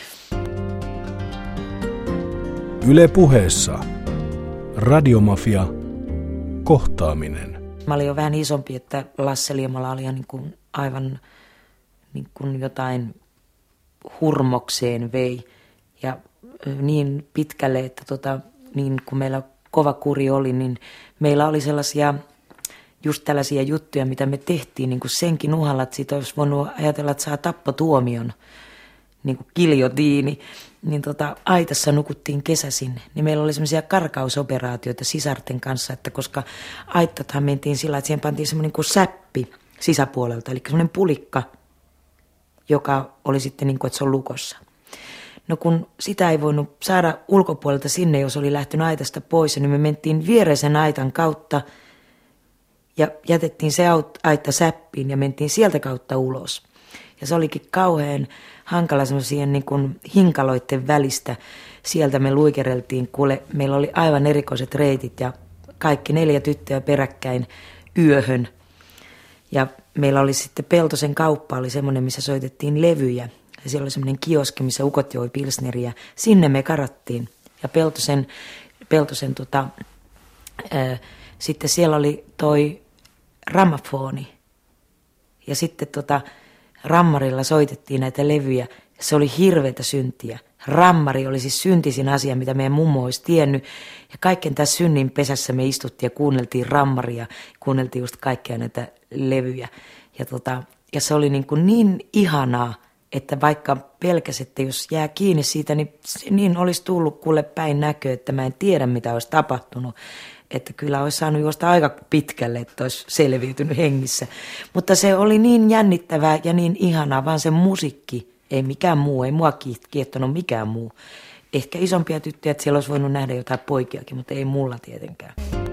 Yle Puheessa Radiomafia kohtaaminen. Mä olin jo vähän isompi, että Lasse Liemala oli aivan jotain hurmokseen vei. Ja niin pitkälle, että niin kun meillä kova kuri oli, niin meillä oli sellaisia just tällaisia juttuja, mitä me tehtiin niin kuin senkin uhalla, että siitä olisi voinut ajatella, että saa tappotuomion, niin kuin giljotiini. Niin aitassa nukuttiin kesäsin, niin meillä oli semmoisia karkausoperaatioita sisarten kanssa, että koska aittathan mentiin sillä, että siihen pantiin semmoinen kuin säppi sisäpuolelta, eli semmoinen pulikka, joka oli sitten niin kuin, että se on lukossa. No kun sitä ei voinut saada ulkopuolelta sinne, jos oli lähtenyt aitasta pois, niin me mentiin viereisen aitan kautta ja jätettiin se aitta säppiin ja mentiin sieltä kautta ulos. Ja se olikin kauhean hankala semmoisien niin kuin hinkaloiden välistä. Sieltä me luikereltiin, kuule, meillä oli aivan erikoiset reitit ja kaikki 4 tyttöä peräkkäin yöhön. Ja meillä oli sitten Peltosen kauppa, oli semmoinen, missä soitettiin levyjä. Ja siellä oli semmoinen kioski, missä ukot joi pilsneriä. Sinne me karattiin. Ja Peltosen sitten siellä oli toi rammafoni. Ja sitten rammarilla soitettiin näitä levyjä. Se oli hirveätä syntiä. Rammari oli siis syntisin asia, mitä meidän mummo olisi tiennyt. Ja kaiken tässä synnin pesässä me istuttiin ja kuunneltiin rammaria. Kuunneltiin just kaikkia näitä levyjä. Ja se oli niin ihanaa, että vaikka pelkäs, että jos jää kiinni siitä, niin olisi tullut kuule päin näkö, että mä en tiedä, mitä olisi tapahtunut. Että kyllä olisi saanut juosta aika pitkälle, että olisi selviytynyt hengissä. Mutta se oli niin jännittävää ja niin ihanaa, vaan se musiikki, ei mikään muu, ei mua kiehtonut mikään muu. Ehkä isompia tyttöjä, että siellä olisi voinut nähdä jotain poikiakin, mutta ei mulla tietenkään.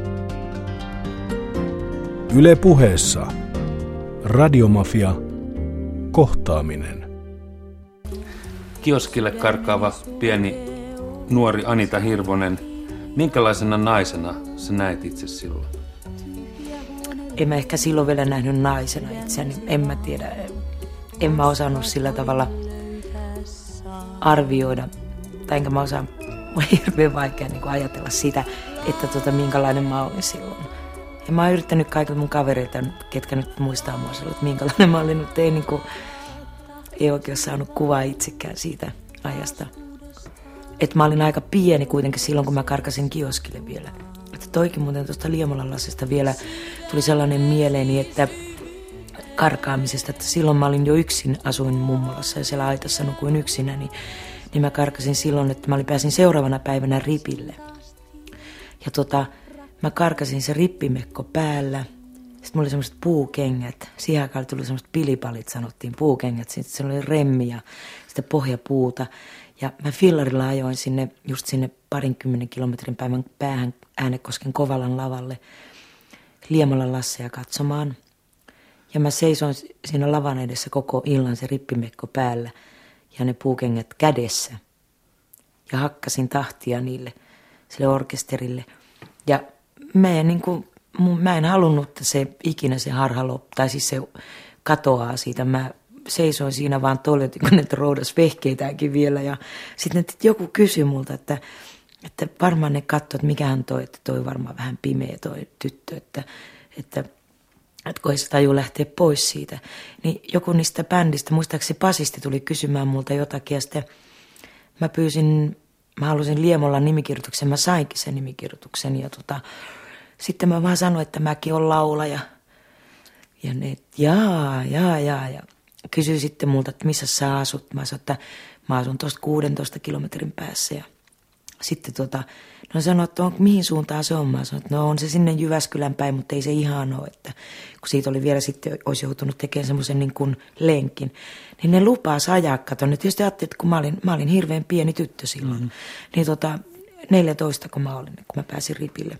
Yle Puheessa. Radiomafia. Kohtaaminen. Kioskille karkaava pieni nuori Anita Hirvonen. Minkälaisena naisena sä näet itse silloin? En mä ehkä silloin vielä nähnyt naisena itseäni. En mä tiedä. En mä osannut sillä tavalla arvioida. Tai enkä mä osaa, on hirveän vaikea ajatella sitä, että minkälainen mä olin silloin. Ja mä oon yrittänyt kaikilta mun kavereilta, ketkä nyt muistaa mua silloin, että minkälainen mä olin. Mutta ei oikein saanut kuvaa itsekään siitä ajasta. Että mä olin aika pieni kuitenkin silloin, kun mä karkasin kioskille vielä. Että toikin muuten tuosta Liemolan Lassesta vielä tuli sellainen mieleeni, että karkaamisesta, että silloin mä olin jo yksin, asuin mummolassa ja siellä aitassa nukuin yksinä, niin mä karkasin silloin, että mä pääsin seuraavana päivänä ripille. Ja mä karkasin se rippimekko päällä. Sitten mulla oli semmoiset puukengät. Siihen aikaan tuli semmoiset pilipalit, sanottiin puukengät. Sitten se oli remmi ja sitten pohjapuuta. Ja mä fillarilla ajoin just sinne 20 kilometrin päivän päähän Äänekosken Kovalan lavalle Liemolan Lasseja katsomaan. Ja mä seisoin siinä lavan edessä koko illan se rippimekko päällä ja ne puukengät kädessä. Ja hakkasin tahtia sille orkesterille. Ja mä en halunnut, että se ikinä se harha tai siis se katoaa siitä. Mä seisoin siinä vaan toljotin, kun ne roudas vehkeitäänkin vielä. Ja sitten joku kysyi multa, että varmaan ne katsoi, että mikähän että toi varmaan vähän pimeä toi tyttö, että kun ei se taju lähteä pois siitä. Niin joku niistä bändistä, muistaakseni basisti tuli kysymään multa jotakin ja sitten mä halusin Liemolan nimikirjoituksen, mä sainkin sen nimikirjoituksen ja sitten mä vaan sanoin, että mäkin olen laulaja. Ja ne, jaa. Ja kysyi sitten multa, että missä sä asut. Mä sanoin, että mä asun tuosta 16 kilometrin päässä. Ja sitten no sanoi, että mihin suuntaan se on. Mä sanoin, että no on se sinne Jyväskylän päin, mutta ei se ihan ole. Että kun siitä oli vielä sitten, olisi joutunut tekemään semmoisen niin kuin lenkin. Niin ne lupasi ajaa, kato. Ne tietysti ajattelin, että kun mä olin hirveän pieni tyttö silloin. Niin 14 kun mä olin, kun mä pääsin ripille.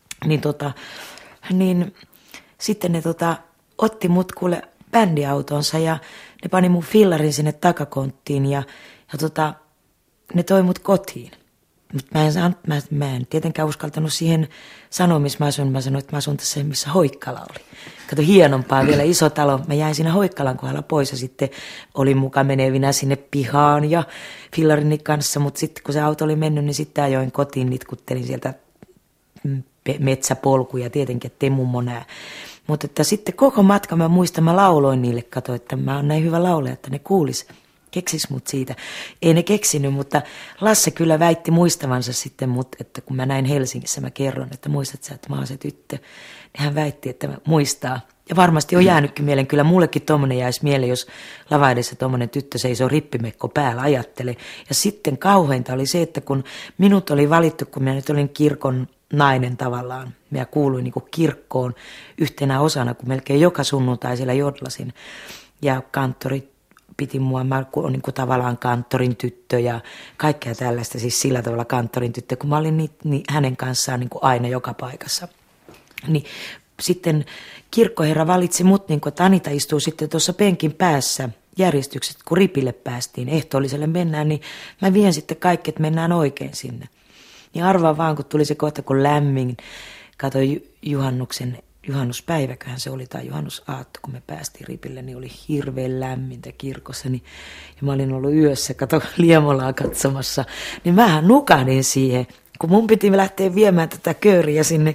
Niin sitten ne otti mut kuule bändiautonsa ja ne pani mun fillarin sinne takakonttiin ja ne toi mut kotiin. Mutta mä en tietenkään uskaltanut siihen sanoa, missä mä asuin. Mä sanoin, että mä asun tässä, missä Hoikkala oli. Kato, hienompaa, vielä iso talo. Mä jäin siinä Hoikkalan kohdalla pois ja sitten olin mukaan menevinä sinne pihaan ja fillarini kanssa. Mutta sitten kun se auto oli mennyt, niin sitten ajoin kotiin, nitkuttelin sieltä metsäpolkuja tietenkin, ettei mummo näe. Mutta että sitten koko matka mä muistan, mä lauloin niille, kato, että mä oon näin hyvä laulaja, että ne kuulis. Keksis mut siitä. Ei ne keksinyt, mutta Lasse kyllä väitti muistavansa sitten mut, että kun mä näin Helsingissä, mä kerron, että muistat sä, että mä oon se tyttö. Niin hän väitti, että mä muistaa. Ja varmasti on jäänytkin mieleen. Kyllä mullekin tommonen jäisi mieleen, jos lava edessä tommonen tyttö seisoo rippimekko päällä, ajattele. Ja sitten kauheinta oli se, että kun minut oli valittu, kun minä nyt olin kirkon nainen tavallaan. Minä kuuluin niin kuin kirkkoon yhtenä osana, kun melkein joka sunnuntai siellä jodlasin. Ja kanttori piti mua, mä olin niin kuin tavallaan kanttorin tyttö ja kaikkea tällaista, siis sillä tavalla kanttorin tyttö, kun mä olin niin hänen kanssaan niin kuin aina joka paikassa. Niin sitten kirkkoherra valitsi mut, niin kuin, että Anita istuu sitten tuossa penkin päässä järjestykset, kun ripille päästiin, ehtoolliselle mennään, niin mä vien sitten kaikki, että mennään oikein sinne. Niin arvaa vaan, kun tuli se kohta, kun lämmin, katsoin juhannuspäiväköhän se oli, tai juhannusaatto, kun me päästiin ripille, niin oli hirveän lämmintä kirkossa. Niin, ja mä olin ollut yössä, Liemolaa katsomassa, niin mähän nukahdin siihen, kun mun piti lähteä viemään tätä kööriä sinne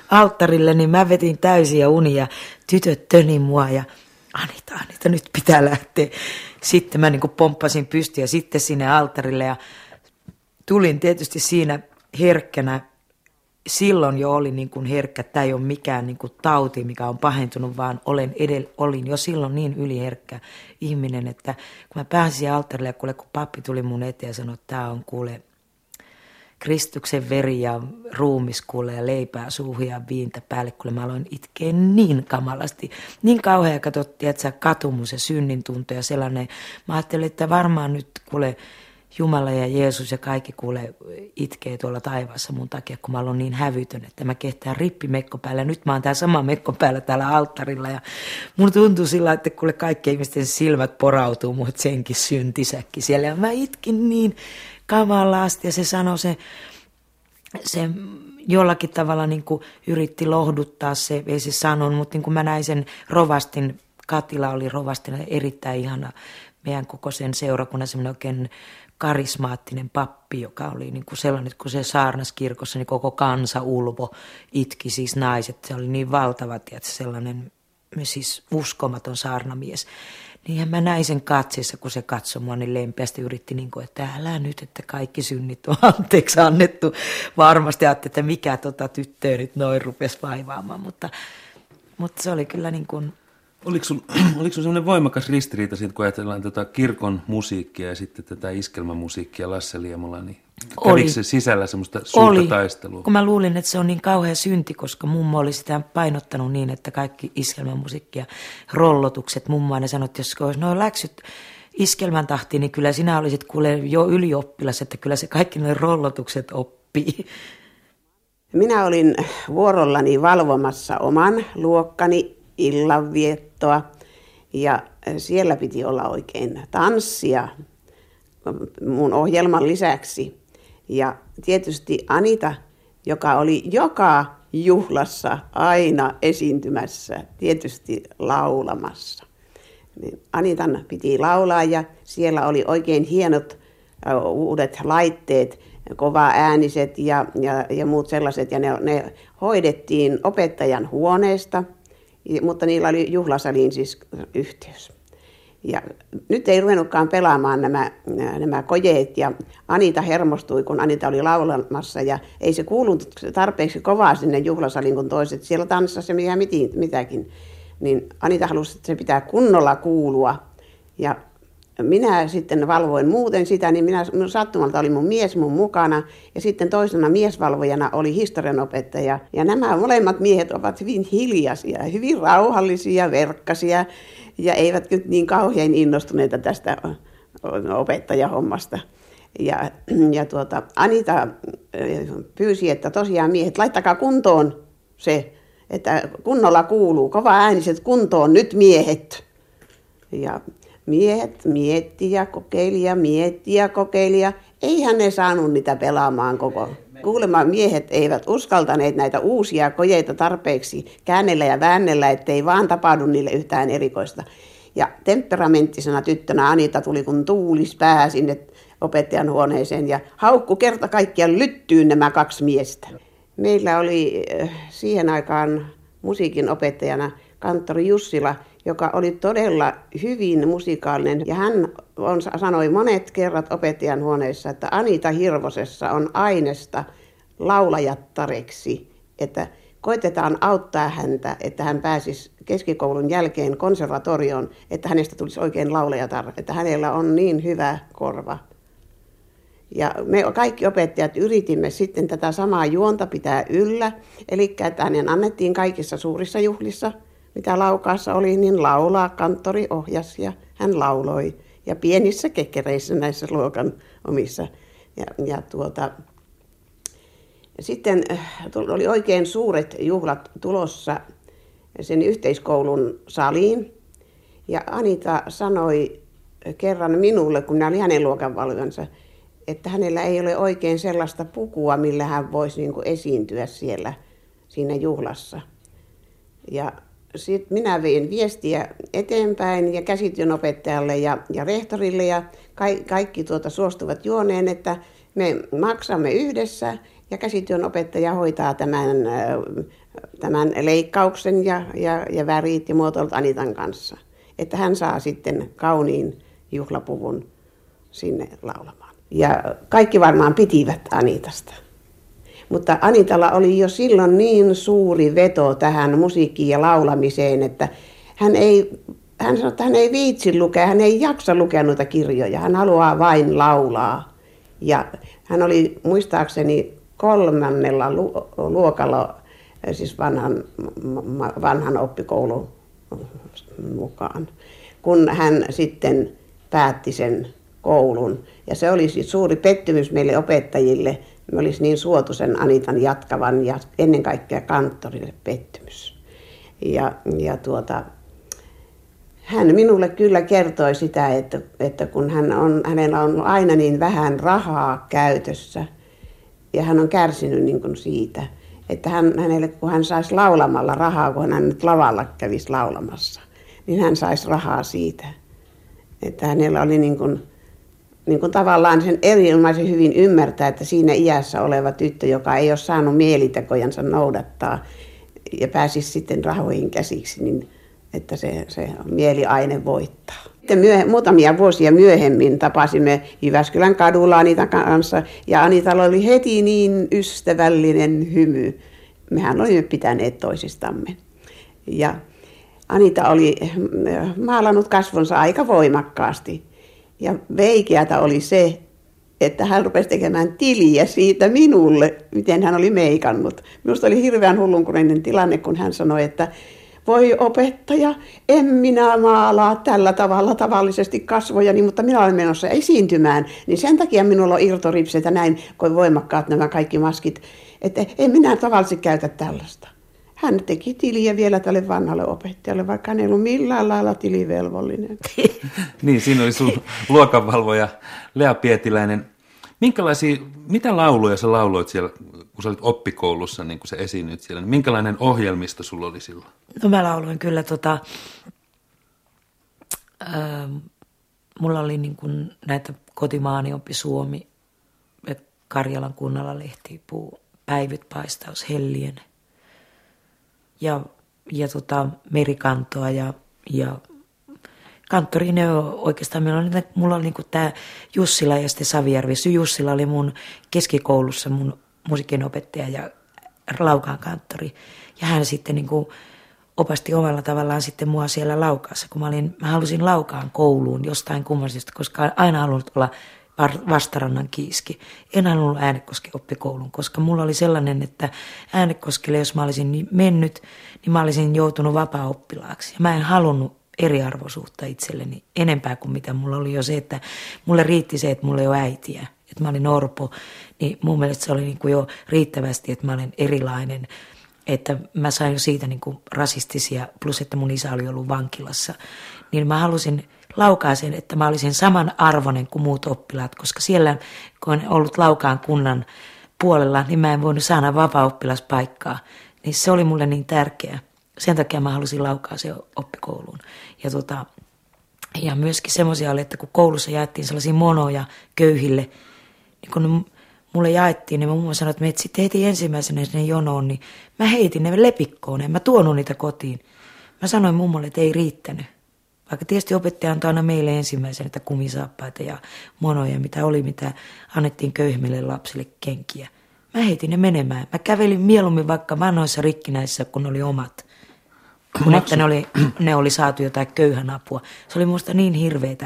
alttarille, niin mä vetin täysiä unia. Tytöt töni mua ja Anita, nyt pitää lähteä. Sitten mä niin kuin pomppasin pystyyn ja sitten sinne alttarille ja tulin tietysti siinä herkkänä. Silloin jo oli niin kuin herkkä, tämä ei ole mikään niin kuin tauti, mikä on pahentunut, vaan olin jo silloin niin yliherkkä ihminen, että kun mä pääsin alttarille ja kun pappi tuli mun eteen ja sanoi, että tämä on Kristuksen veri ja ruumis ja leipää suuhun ja viintä päälle, mä aloin itkeä niin kamalasti. Niin kauhean katsottiin, että katumus ja synnin tunto ja sellainen. Mä ajattelin, että varmaan nyt Jumala ja Jeesus ja kaikki itkee tuolla taivaassa mun takia, kun mä olen niin hävytön, että mä kehtään rippimekko päällä. Ja nyt mä oon tää sama mekko päällä täällä alttarilla ja mun tuntuu sillä, että kaikki ihmisten silmät porautuu, mutta senkin syntisäkki siellä. Ja mä itkin niin kamalasti ja se sanoi se jollakin tavalla niin kuin yritti lohduttaa se, ei se sanonut, mutta niin kuin mä näin sen rovastin, Katila oli rovastina erittäin ihana meidän koko sen seurakunnan semmoinen oikein karismaattinen pappi, joka oli niin kuin sellainen, että kun se saarnasi kirkossa, niin koko kansa ulvo itki, siis naiset, se oli niin valtava, että sellainen siis uskomaton saarnamies. Niinhän mä näin sen katseessa, kun se katsoi mua, niin lempeästi yritti, niin kuin, että älä nyt, että kaikki synnit on anteeksi annettu. Varmasti ajattelin, että mikä tyttöä nyt noin rupesi vaivaamaan, mutta se oli kyllä niin kuin... Oliko sun sellainen voimakas ristiriita siitä, kun ajatellaan kirkon musiikkia ja sitten tätä iskelmämusiikkia Lasse Liemola, niin kävikö se sisällä semmoista suurta taistelua? Kun mä luulin, että se on niin kauhea synti, koska mummo oli sitä painottanut niin, että kaikki iskelmämusiikki ja rollotukset, mummo aina sanoi, että jos olisi noin läksyt iskelmän tahtiin, niin kyllä sinä olisit jo ylioppilas, että kyllä se kaikki noin rollotukset oppii. Minä olin vuorollani valvomassa oman luokkani illanviettoa ja siellä piti olla oikein tanssia mun ohjelman lisäksi. Ja tietysti Anita, joka oli joka juhlassa aina esiintymässä, tietysti laulamassa. Anitan piti laulaa ja siellä oli oikein hienot uudet laitteet, kova ääniset ja muut sellaiset ja ne hoidettiin opettajan huoneesta. Mutta niillä oli juhlasaliin siis yhteys. Ja nyt ei ruvennutkaan pelaamaan nämä kojeet ja Anita hermostui, kun Anita oli laulamassa ja ei se kuulunut tarpeeksi kovaa sinne juhlasaliin, kun toiset siellä tanssasi ja mitäkin. Niin Anita halusi, että se pitää kunnolla kuulua ja minä sitten valvoin muuten sitä, niin sattumalta oli mun mies mun mukana ja sitten toisena miesvalvojana oli historianopettaja. Ja nämä molemmat miehet ovat hyvin hiljaisia, hyvin rauhallisia, verkkasia ja eivät nyt niin kauhean innostuneita tästä opettajahommasta. Ja Anita pyysi, että tosiaan miehet, laittakaa kuntoon se, että kunnolla kuuluu, kova ääniset kuntoon, nyt miehet. Ja miehet mietti ja kokeili ja eihän ne saanut niitä pelaamaan koko. Kuulemma miehet eivät uskaltaneet näitä uusia kojeita tarpeeksi käännellä ja väännellä, ettei vaan tapahdu niille yhtään erikoista. Ja temperamenttisena tyttönä Anita tuli kun tuulis päähän sinne opettajan huoneeseen ja haukku kerta kaikkiaan lyttyyn nämä kaksi miestä. Meillä oli siihen aikaan musiikin opettajana kanttori Jussila, joka oli todella hyvin musikaalinen. Ja hän sanoi monet kerrat opettajan huoneessa, että Anita Hirvosessa on ainesta laulajattareksi, että koitetaan auttaa häntä, että hän pääsisi keskikoulun jälkeen konservatorioon, että hänestä tulisi oikein laulajatar, että hänellä on niin hyvä korva. Ja me kaikki opettajat yritimme sitten tätä samaa juonta pitää yllä, eli että hänen annettiin kaikissa suurissa juhlissa, mitä Laukaassa oli, niin laulaa, kanttori ohjasi ja hän lauloi. Ja pienissä kekkereissä näissä luokan omissa. Sitten oli oikein suuret juhlat tulossa sen yhteiskoulun saliin. Ja Anita sanoi kerran minulle, kun minä olin hänen luokanvalvojansa, että hänellä ei ole oikein sellaista pukua, millä hän voisi niin kuin esiintyä siinä juhlassa. Ja sitten minä vein viestiä eteenpäin ja käsityönopettajalle ja rehtorille ja kaikki suostuvat juoneen, että Me maksamme yhdessä ja käsityönopettaja hoitaa tämän leikkauksen ja värit ja muotoilut Anitan kanssa. Että hän saa sitten kauniin juhlapuvun sinne laulamaan. Ja kaikki varmaan pitivät Anitasta. Mutta Anitalla oli jo silloin niin suuri veto tähän musiikkiin ja laulamiseen, että hän sanoi, että hän ei viitsi lukea, hän ei jaksa lukea noita kirjoja, hän haluaa vain laulaa. Ja hän oli muistaakseni 3. luokalla, siis vanhan oppikoulun mukaan, kun hän sitten päätti sen koulun. Ja se oli siis suuri pettymys meille opettajille. Me olisi niin suotu sen Anitan jatkavan ja ennen kaikkea kanttorille pettymys. Hän minulle kyllä kertoi sitä, että kun hänellä on aina niin vähän rahaa käytössä ja hän on kärsinyt niin kuin siitä, että hänelle kun hän saisi laulamalla rahaa, kun hän nyt lavalla kävisi laulamassa, niin hän saisi rahaa siitä. Että hänellä oli niin kuin tavallaan sen erinomaisen hyvin ymmärtää, että siinä iässä oleva tyttö, joka ei ole saanut mielitekojansa noudattaa ja pääsisi sitten rahoihin käsiksi, niin että se mieliaine voittaa. Sitten muutamia vuosia myöhemmin tapasimme Jyväskylän kadulla Anitan kanssa ja Anitalla oli heti niin ystävällinen hymy. Mehän olimme pitäneet toisistamme. Ja Anita oli maalannut kasvonsa aika voimakkaasti ja veikeätä oli se, että hän rupesi tekemään tiliä siitä minulle, miten hän oli meikannut. Minusta oli hirveän hullunkurinen tilanne, kun hän sanoi, että voi opettaja, en minä maalaa tällä tavalla tavallisesti kasvojani, mutta minä olen menossa esiintymään. Niin sen takia minulla on irtoripseitä näin voimakkaat nämä kaikki maskit, että en minä tavallisesti käytä tällaista. Hän teki tiliä vielä tälle vanhalle opettajalle, vaikka hän ei ollut millään lailla tilivelvollinen. Niin, siinä oli sun luokanvalvoja Lea Pietiläinen. Mitä lauluja sä lauloit siellä, kun sä olit oppikoulussa, niin kun sä esiinnyt siellä? Niin minkälainen ohjelmisto sulla oli silloin? No mä lauloin kyllä mulla oli niin kuin näitä Kotimaani oppi Suomi, Karjalan kunnalla lehtipuu, Päivyt paistaus hellien ja Merikantoa ja kanttori, ne oikeastaan mulla oli niinku tämä Jussila ja sitten Savijärvi. Jussila oli mun keskikoulussa mun musiikinopettaja ja Laukaan kanttori. Ja hän sitten niinku opasti omalla tavallaan sitten mua siellä Laukaassa, kun mä halusin Laukaan kouluun jostain kummallisesta, koska aina halunnut olla Vastarannan Kiiski. En halunnut Äänekosken oppikoulun, koska mulla oli sellainen, että Äänekoskelle, jos mä olisin mennyt, niin mä olisin joutunut vapaa-oppilaaksi. Ja mä en halunnut eriarvoisuutta itselleni enempää kuin mitä mulla oli jo se, että mulle riitti se, että mulla ei ole äitiä, että mä olin orpo, niin mun mielestä se oli niin kuin jo riittävästi, että mä olen erilainen, että mä sain jo siitä niin kuin rasistisia, plus että mun isä oli ollut vankilassa, niin mä halusin Laukaaseen, että mä olisin saman arvoinen kuin muut oppilaat, koska siellä, kun olen ollut Laukaan kunnan puolella, niin mä en voinut saada vapaa-oppilaspaikkaa, niin se oli mulle niin tärkeä. Sen takia mä halusin Laukaaseen oppikouluun. Ja myöskin semmoisia oli, että kun koulussa jaettiin sellaisia monoja köyhille, niin kun mulle jaettiin, niin mummo sanoi, että menet sitten heti ensimmäisenä sinne jonoon, niin mä heitin ne lepikkoon, en mä tuonut niitä kotiin. Mä sanoin mummolle, että ei riittänyt. Vaikka tietysti opettaja antoi aina meille ensimmäisenä että kumisaappaita ja monoja, mitä annettiin köyhimmille lapsille kenkiä. Mä heitin ne menemään. Mä kävelin mieluummin vaikka vanhoissa rikkinäissä, kun oli omat. Kun että ne oli saatu jotain köyhän apua. Se oli musta niin hirveetä.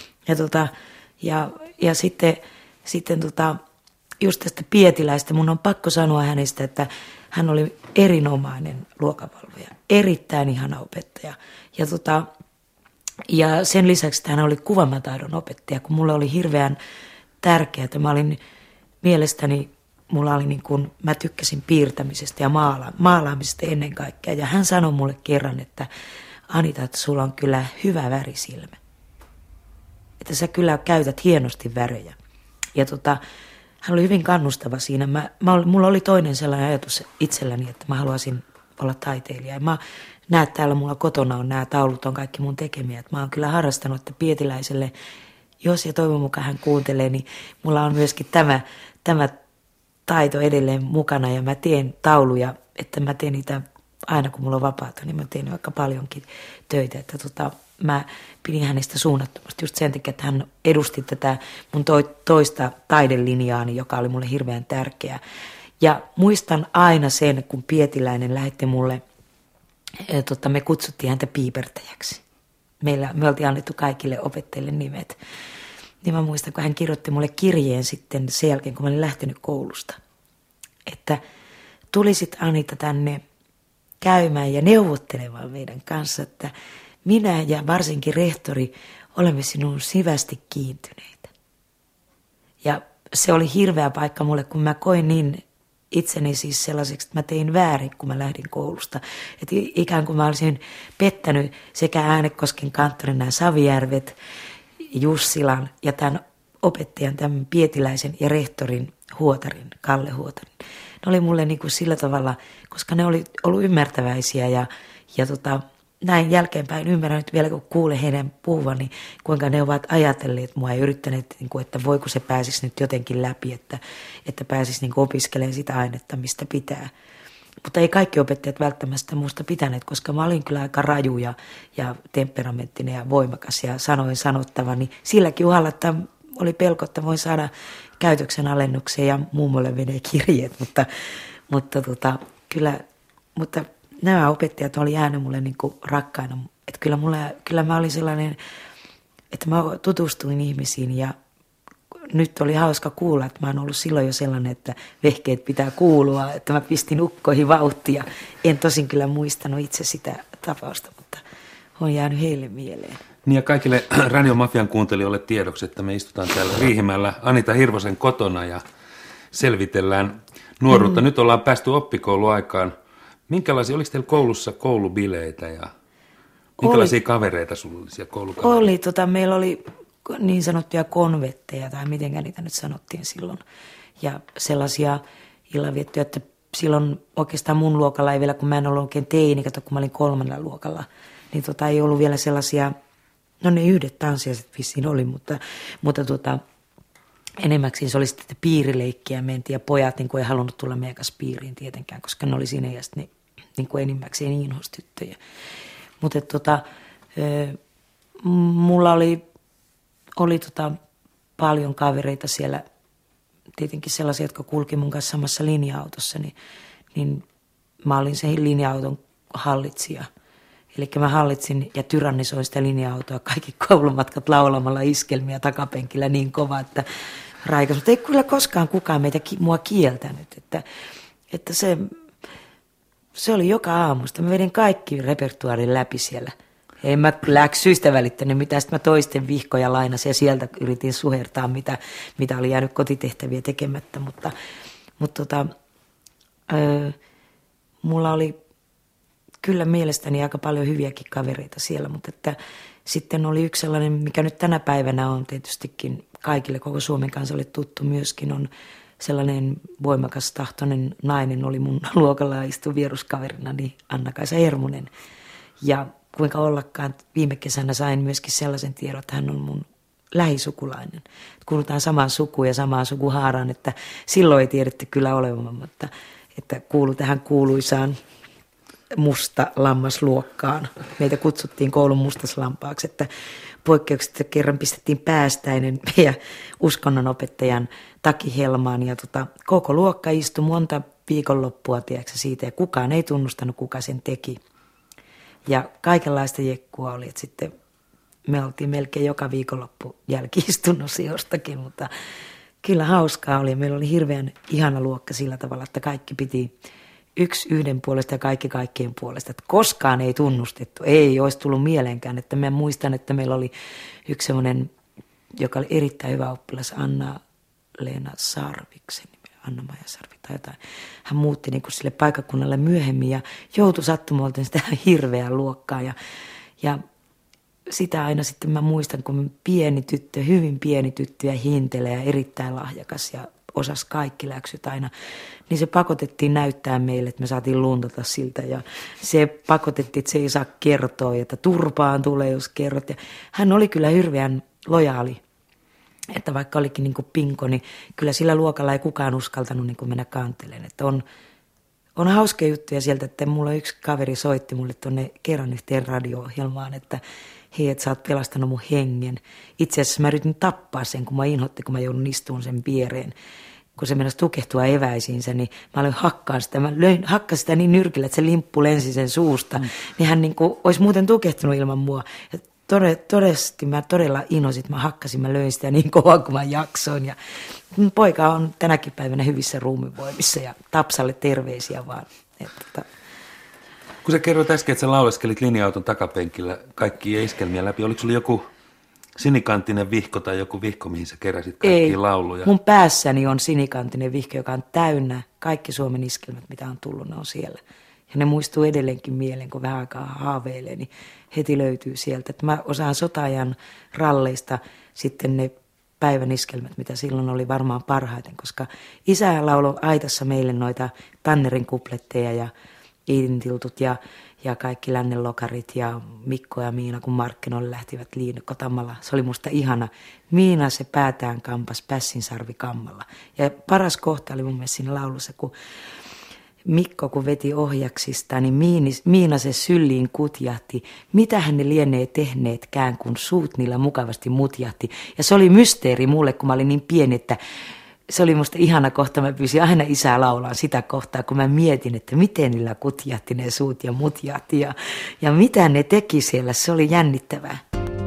Ja sitten just tästä Pietiläistä mun on pakko sanoa hänestä, että hän oli erinomainen luokanvalvoja. Erittäin ihana opettaja. Ja sen lisäksi hän oli kuvamataidon opettaja, kun mulle oli hirveän tärkeää, että mulla oli niin kuin, mä tykkäsin piirtämisestä ja maalaamisesta ennen kaikkea. Ja hän sanoi mulle kerran, että Anita, että sulla on kyllä hyvä värisilmä. Että sä kyllä käytät hienosti värejä. Ja hän oli hyvin kannustava siinä. Mulla oli toinen sellainen ajatus itselläni, että mä haluaisin olla taiteilija. Ja mä näen täällä mulla kotona on nämä taulut, on kaikki mun tekemiä. Että mä oon kyllä harrastanut, että Pietiläiselle jos ja toivon mukaan hän kuuntelee, niin mulla on myöskin tämä taito edelleen mukana ja mä teen tauluja, että mä teen niitä aina kun mulla on vapaata, niin mä teen vaikka paljonkin töitä, että mä pidin hänestä suunnattomasti just sen takia, että hän edusti tätä mun toista taidelinjaani, joka oli mulle hirveän tärkeä. Ja muistan aina sen, kun Pietiläinen lähetti mulle, me kutsuttiin häntä piipertäjäksi. Me oltiin annettu kaikille opettajille nimet. Niin mä muistan, kun hän kirjoitti mulle kirjeen sitten sen jälkeen, kun mä olin lähtenyt koulusta. Että tulisit Anita tänne käymään ja neuvottelemaan meidän kanssa, että minä ja varsinkin rehtori olemme sinuun syvästi kiintyneitä. Ja se oli hirveä paikka mulle, kun mä koin niin itseni siis sellaiseksi, että mä tein väärin, kun mä lähdin koulusta. Että ikään kuin mä olisin pettänyt sekä Äänekosken kanttorin nämä Savijärvet, Jussilan ja tämän opettajan, tämän Pietiläisen ja rehtorin Huotarin, Kalle Huotarin. Ne oli mulle niin kuin sillä tavalla, koska ne oli ollut ymmärtäväisiä ja näin jälkeenpäin ymmärrän nyt vielä, kun kuulen heidän puhuvan, niin kuinka ne ovat ajatelleet mua ja yrittäneet, että voiko se pääsisi nyt jotenkin läpi, että pääsisi opiskelemaan sitä ainetta, mistä pitää. Mutta ei kaikki opettajat välttämättä muusta pitäneet, koska mä olin kyllä aika raju ja temperamenttinen ja voimakas ja sanoin sanottava, niin silläkin uhalla, että oli pelko, että voin saada käytöksen alennuksen ja mummolle menee kirjeet, mutta nämä opettajat oli jäänyt mulle rakkaina. Että kyllä mä olin sellainen, että mä tutustuin ihmisiin ja nyt oli hauska kuulla, että mä oon ollut silloin jo sellainen, että vehkeet pitää kuulua, että mä pistin ukkoihin vauhtia. En tosin kyllä muistanut itse sitä tapausta, mutta on jäänyt heille mieleen. Niin ja kaikille Radiomafian kuuntelijoille tiedoksi, että me istutaan täällä Riihimäellä Anita Hirvosen kotona ja selvitellään nuoruutta. Nyt ollaan päästy oppikouluaikaan. Minkälaisia, oliko teillä koulussa koulubileitä ja minkälaisia kavereita sulla oli siellä koulukavereita? Oli, meillä oli niin sanottuja konvetteja tai mitenkä niitä nyt sanottiin silloin. Ja sellaisia illanviettoja, että silloin oikeastaan mun luokalla ei vielä, kun mä en ollut oikein teini, kun mä olin 3. luokalla, niin ei ollut vielä sellaisia, no ne yhdet tanssiaiset vissiin oli, mutta enemmäksi se oli sitten, että piirileikkiä mentiin ja pojat ei halunnut tulla meidän kanssa piiriin tietenkään, koska ne oli siinä ja sitten ne enimmäkseen inhostyttöjä. Mutta mulla oli paljon kavereita siellä, tietenkin sellaisia, jotka kulki mun kanssa samassa linja-autossa, niin mä olin se linja-auton hallitsija. Eli mä hallitsin ja tyrannisoin sitä linja-autoa kaikki koulumatkat laulamalla iskelmiä takapenkillä niin kova, että raikas. Mutta ei kyllä koskaan kukaan mua kieltänyt, että se oli joka aamusta. Mä vedin kaikki repertuaarin läpi siellä. En mä läksyistä välittänyt mitään, sitten mä toisten vihkoja lainasin ja sieltä yritin suhertaa, mitä oli jäänyt kotitehtäviä tekemättä, mutta mulla oli kyllä mielestäni aika paljon hyviäkin kavereita siellä, mutta että sitten oli yksi sellainen, mikä nyt tänä päivänä on tietystikin kaikille koko Suomen kansalle tuttu myöskin, on sellainen voimakas tahtoinen nainen oli mun luokalla ja istui vieruskaverina, Anna-Kaisa Hermunen. Ja kuinka ollakaan viime kesänä sain myöskin sellaisen tiedon, että hän on mun lähisukulainen. Kuulutaan samaan sukuun ja samaan sukuhaaraan, että silloin ei tiedetty kyllä olevan, mutta että kuului tähän kuuluisaan musta lammasluokkaan. Meitä kutsuttiin koulun mustaslampaaksi, että poikkeuksetta kerran pistettiin päästäinen meidän uskonnonopettajan takihelmaan ja koko luokka istui monta viikonloppua siitä ja kukaan ei tunnustanut, kuka sen teki. Ja kaikenlaista jekkua oli, että sitten me oltiin melkein joka viikonloppu jälki-istunnossa jostakin, mutta kyllä hauskaa oli. Meillä oli hirveän ihana luokka sillä tavalla, että kaikki piti yksi yhden puolesta ja kaikki kaikkien puolesta. Että koskaan ei tunnustettu, ei olisi tullut mieleenkään. Että mä muistan, että meillä oli yksi semmoinen, joka oli erittäin hyvä oppilas, Anna-Leena Sarviksen, Anna-Maija Sarvi tai jotain. Hän muutti sille paikakunnalle myöhemmin ja joutui sattumalta sitä hirveään luokkaan. Ja sitä aina sitten mä muistan, kun pieni tyttö, hyvin pieni tyttö ja hintelee ja erittäin lahjakas ja osasi kaikki läksyt aina, niin se pakotettiin näyttää meille, että me saatiin luntata siltä ja se pakotettiin, että se ei saa kertoa, että turpaan tulee, jos kerrot. Ja hän oli kyllä hirveän lojaali että vaikka olikin niin kuin pinko, niin kyllä sillä luokalla ei kukaan uskaltanut niin kuin mennä kanteleen. Että on hauska juttuja sieltä, että mulla yksi kaveri soitti mulle tuonne kerran yhteen radio-ohjelmaan, että hei, että sä oot pelastanut mun hengen. Itse asiassa mä yritin tappaa sen, kun mä inhotti, kun mä joudun istuun sen viereen. Kun se meinasi tukehtua eväisiinsä, niin mä aloin hakkaan sitä. Mä hakkasin sitä niin nyrkillä, että se limppu lensi sen suusta. Niin hän niin kuin olisi muuten tukehtunut ilman mua. Ja todellisesti mä todella inhosin, että mä hakkasin, mä löin sitä niin kovaa kuin mä jaksoin. Ja poika on tänäkin päivänä hyvissä ruumivoimissa ja Tapsalle terveisiä vaan. Kun sä kerroit äsken, että sä lauleskelit linja-auton takapenkillä kaikkia iskelmiä läpi, oliko sulla joku sinikanttinen vihko tai joku vihko, mihin sä keräsit kaikkia lauluja? Mun päässäni on sinikanttinen vihko, joka on täynnä. Kaikki Suomen iskelmät, mitä on tullut, ne on siellä. Ja ne muistuu edelleenkin mieleen, kun vähän aikaa haaveilee, niin heti löytyy sieltä. Että mä osaan sota-ajan ralleista sitten ne päivän iskelmät, mitä silloin oli varmaan parhaiten, koska isä lauloi aitassa meille noita Tannerin kupletteja ja Iitintiltut ja kaikki Lännenlokarit ja Mikko ja Miina, kun markkinoille lähtivät Kotamalla. Se oli musta ihana. Miina se päätään kampas Pässinsarvi kammalla. Ja paras kohta oli mun mielestä siinä laulussa, kun Mikko kun veti ohjaksista, niin Miina se sylliin kutjahti. Mitähän ne lienee tehneetkään, kun suut niillä mukavasti mutjahti. Ja se oli mysteeri mulle, kun mä olin niin pieni, että se oli musta ihana kohta. Mä pyysin aina isää laulaan sitä kohtaa, kun mä mietin, että miten niillä kutjahti ne suut ja mutjahti. Ja mitä ne teki siellä, se oli jännittävää.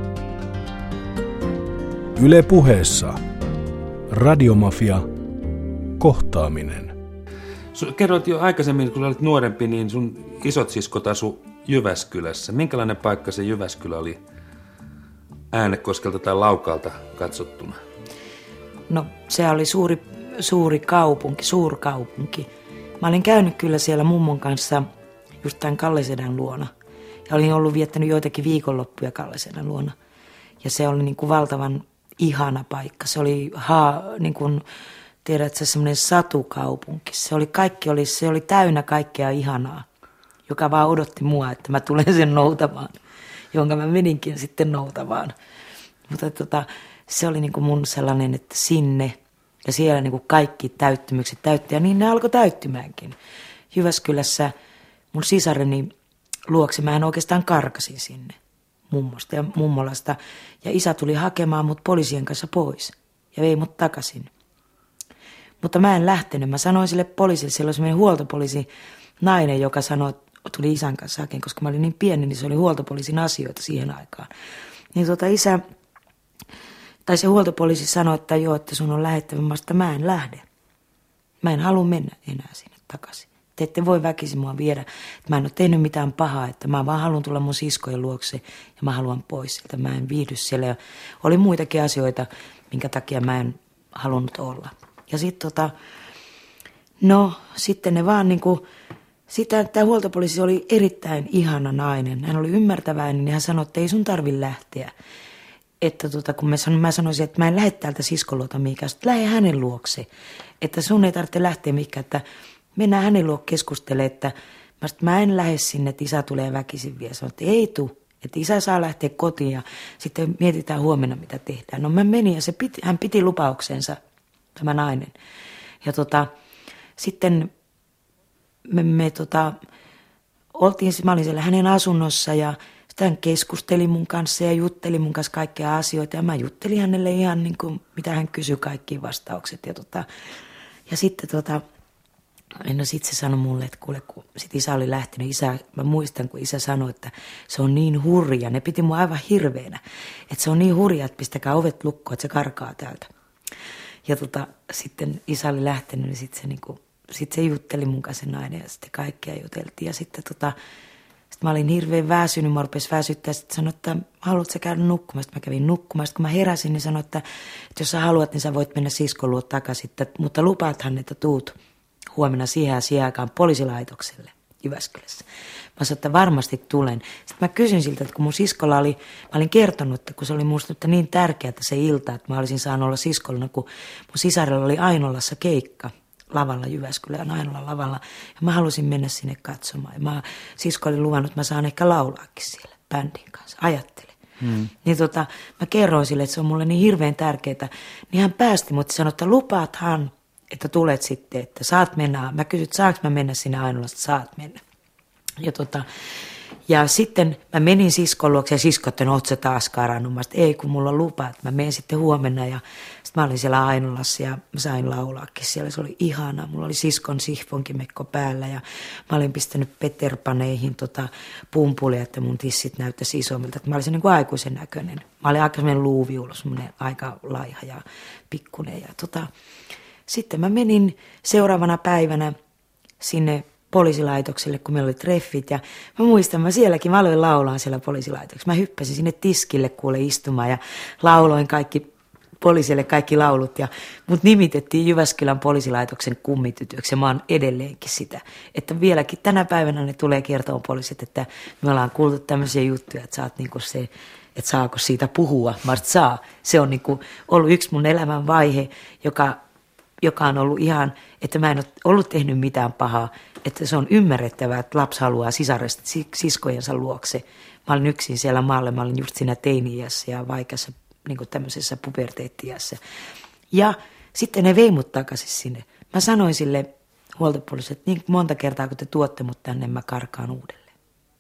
Yle Puheessa. Radiomafia. Kohtaaminen. Kerroit jo aikaisemmin, kun olit nuorempi, niin sun isot siskot asu Jyväskylässä. Minkälainen paikka se Jyväskylä oli Äänekoskelta tai Laukaalta katsottuna? No se oli suuri kaupunki, suurkaupunki. Mä olin käynyt kyllä siellä mummon kanssa just tämän Kallesedän luona. Ja olin ollut viettänyt joitakin viikonloppuja Kallesedän luona. Ja se oli niin kuin valtavan ihana paikka. Se oli niin kuin, tiedätkö, semmoinen satukaupunki. Se oli täynnä kaikkea ihanaa, joka vaan odotti mua, että mä tulen sen noutamaan, jonka mä meninkin sitten noutamaan. Mutta se oli niin kuin mun sellainen, että sinne ja siellä niin kuin kaikki täyttymykset täytti ja niin ne alkoi täyttymäänkin. Jyväskylässä mun sisareni luokse mä oikeastaan karkasin sinne mummosta ja mummolasta ja isä tuli hakemaan mut poliisien kanssa pois ja vei mut takaisin. Mutta mä en lähtenyt. Mä sanoin sille poliisille, siellä oli semmoinen huoltopoliisi nainen, joka sanoi, että tuli isän kanssa hakemaan, koska mä olin niin pieni, niin se oli huoltopoliisin asioita siihen aikaan. Niin isä, tai se huoltopoliisi sanoi, että joo, että sun on lähettävä, mutta mä en lähde. Mä en halua mennä enää sinne takaisin. Te ette voi väkisin mua viedä. Mä en ole tehnyt mitään pahaa, että mä vaan haluan tulla mun siskojen luokse ja mä haluan pois sieltä. Mä en viihdy siellä. Ja oli muitakin asioita, minkä takia mä en halunnut olla. Ja sitten sitten ne vaan niinku, tämä huoltopoliisi oli erittäin ihana nainen. Hän oli ymmärtäväinen, niin hän sanoi, että ei sun tarvi lähteä. Että kun mä sanoisin, että mä en lähde täältä siskoluota mihinkään, että lähde hänen luokse. Että sun ei tarvitse lähteä mihinkään, että mennään hänen luokse keskustelemaan, että mä en lähde sinne, että isä tulee väkisin vielä. Sanoin, että ei tuu, että isä saa lähteä kotiin ja sitten mietitään huomenna, mitä tehdään. No mä menin ja hän piti lupauksensa, tämä nainen. Ja sitten me oltiin, mä olin siellä hänen asunnossa ja hän keskusteli mun kanssa ja jutteli mun kanssa kaikkia asioita. Ja mä juttelin hänelle ihan niin kuin, mitä hän kysyi, kaikki vastaukset. Ja sitten sitten se sanoi mulle, että kuule, kun sit isä oli lähtenyt, mä muistan, kun isä sanoi, että se on niin hurja. Ne piti mua aivan hirveänä, että se on niin hurja, että pistäkää ovet lukkoon, että se karkaa täältä. Ja sitten isä oli lähtenyt, niin sitten se jutteli mun kanssa se nainen ja sitten kaikkea juteltiin. Ja sitten mä olin hirveän väsynyt, mä rupesin väsyttää ja sitten sanoin, että haluatko sä käydä nukkumaan? Sitten mä kävin nukkumaan. Sitten kun mä heräsin, niin sanoin, että jos sä haluat, niin sä voit mennä siskon luo takaisin. Mutta lupaathan, että tuut huomenna siihen aikaan poliisilaitokselle Jyväskylässä. Mä sanoin, että varmasti tulen. Sitten mä kysyin siltä, että kun mun siskolla mä olin kertonut, että kun se oli musta niin tärkeää se ilta, että mä olisin saanut olla siskollina, kun mun sisarella oli Ainolassa keikka lavalla Jyväskylän Ainolan lavalla. Ja mä halusin mennä sinne katsomaan. Ja sisko oli luvannut, että mä saan ehkä laulaakin siellä bändin kanssa. Ajattele. Niin mä kerroin sille, että se on mulle niin hirveän tärkeää. Niin hän päästi, mutta sanoi, että lupaathan, että tulet sitten, että saat mennä. Mä kysyin, että saanko mä mennä sinne Ainolasta, että saat mennä. Ja sitten mä menin siskon luokse ja sisko, että oot sä taas karannut. Mä ei, kun mulla on lupa, että mä menen sitten huomenna. Ja sitten mä olin siellä Ainolassa ja mä sain laulaakin siellä. Se oli ihanaa. Mulla oli siskon sihfonkimekko päällä ja mä olin pistänyt peterpaneihin pumpulia, että mun tissit näyttäisi isommilta. Että mä olin niin kuin aikuisen näköinen. Mä olin aika semmoinen luuviulo, semmoinen aika laiha ja pikkunen. Ja sitten mä menin seuraavana päivänä sinne poliisilaitokselle, kun meillä oli treffit. Ja mä muistan, mä aloin laulaa siellä poliisilaitoksessa. Mä hyppäsin sinne tiskille kuule istumaan ja lauloin poliisille kaikki laulut. Ja mut nimitettiin Jyväskylän poliisilaitoksen kummitytöksi ja mä oon edelleenkin sitä. Että vieläkin tänä päivänä ne tulee kertomaan poliisit, että me ollaan kuultu tämmöisiä juttuja, että sä oot niinku se, että saako siitä puhua. Mä saa. Se on niinku ollut yksi mun elämän vaihe, joka on ollut ihan, että mä en ole ollut tehnyt mitään pahaa, että se on ymmärrettävää, että lapsi haluaa sisaresta siskojensa luokse. Mä olin yksin siellä maalla, mä olin just siinä teini-iässä ja vaikeassa niin tämmöisessä puberteetti-iässä. Ja sitten ne vei mut takaisin sinne. Mä sanoin sille huoltopoliisille, että niin monta kertaa kun te tuotte mut tänne, mä karkaan uudelleen.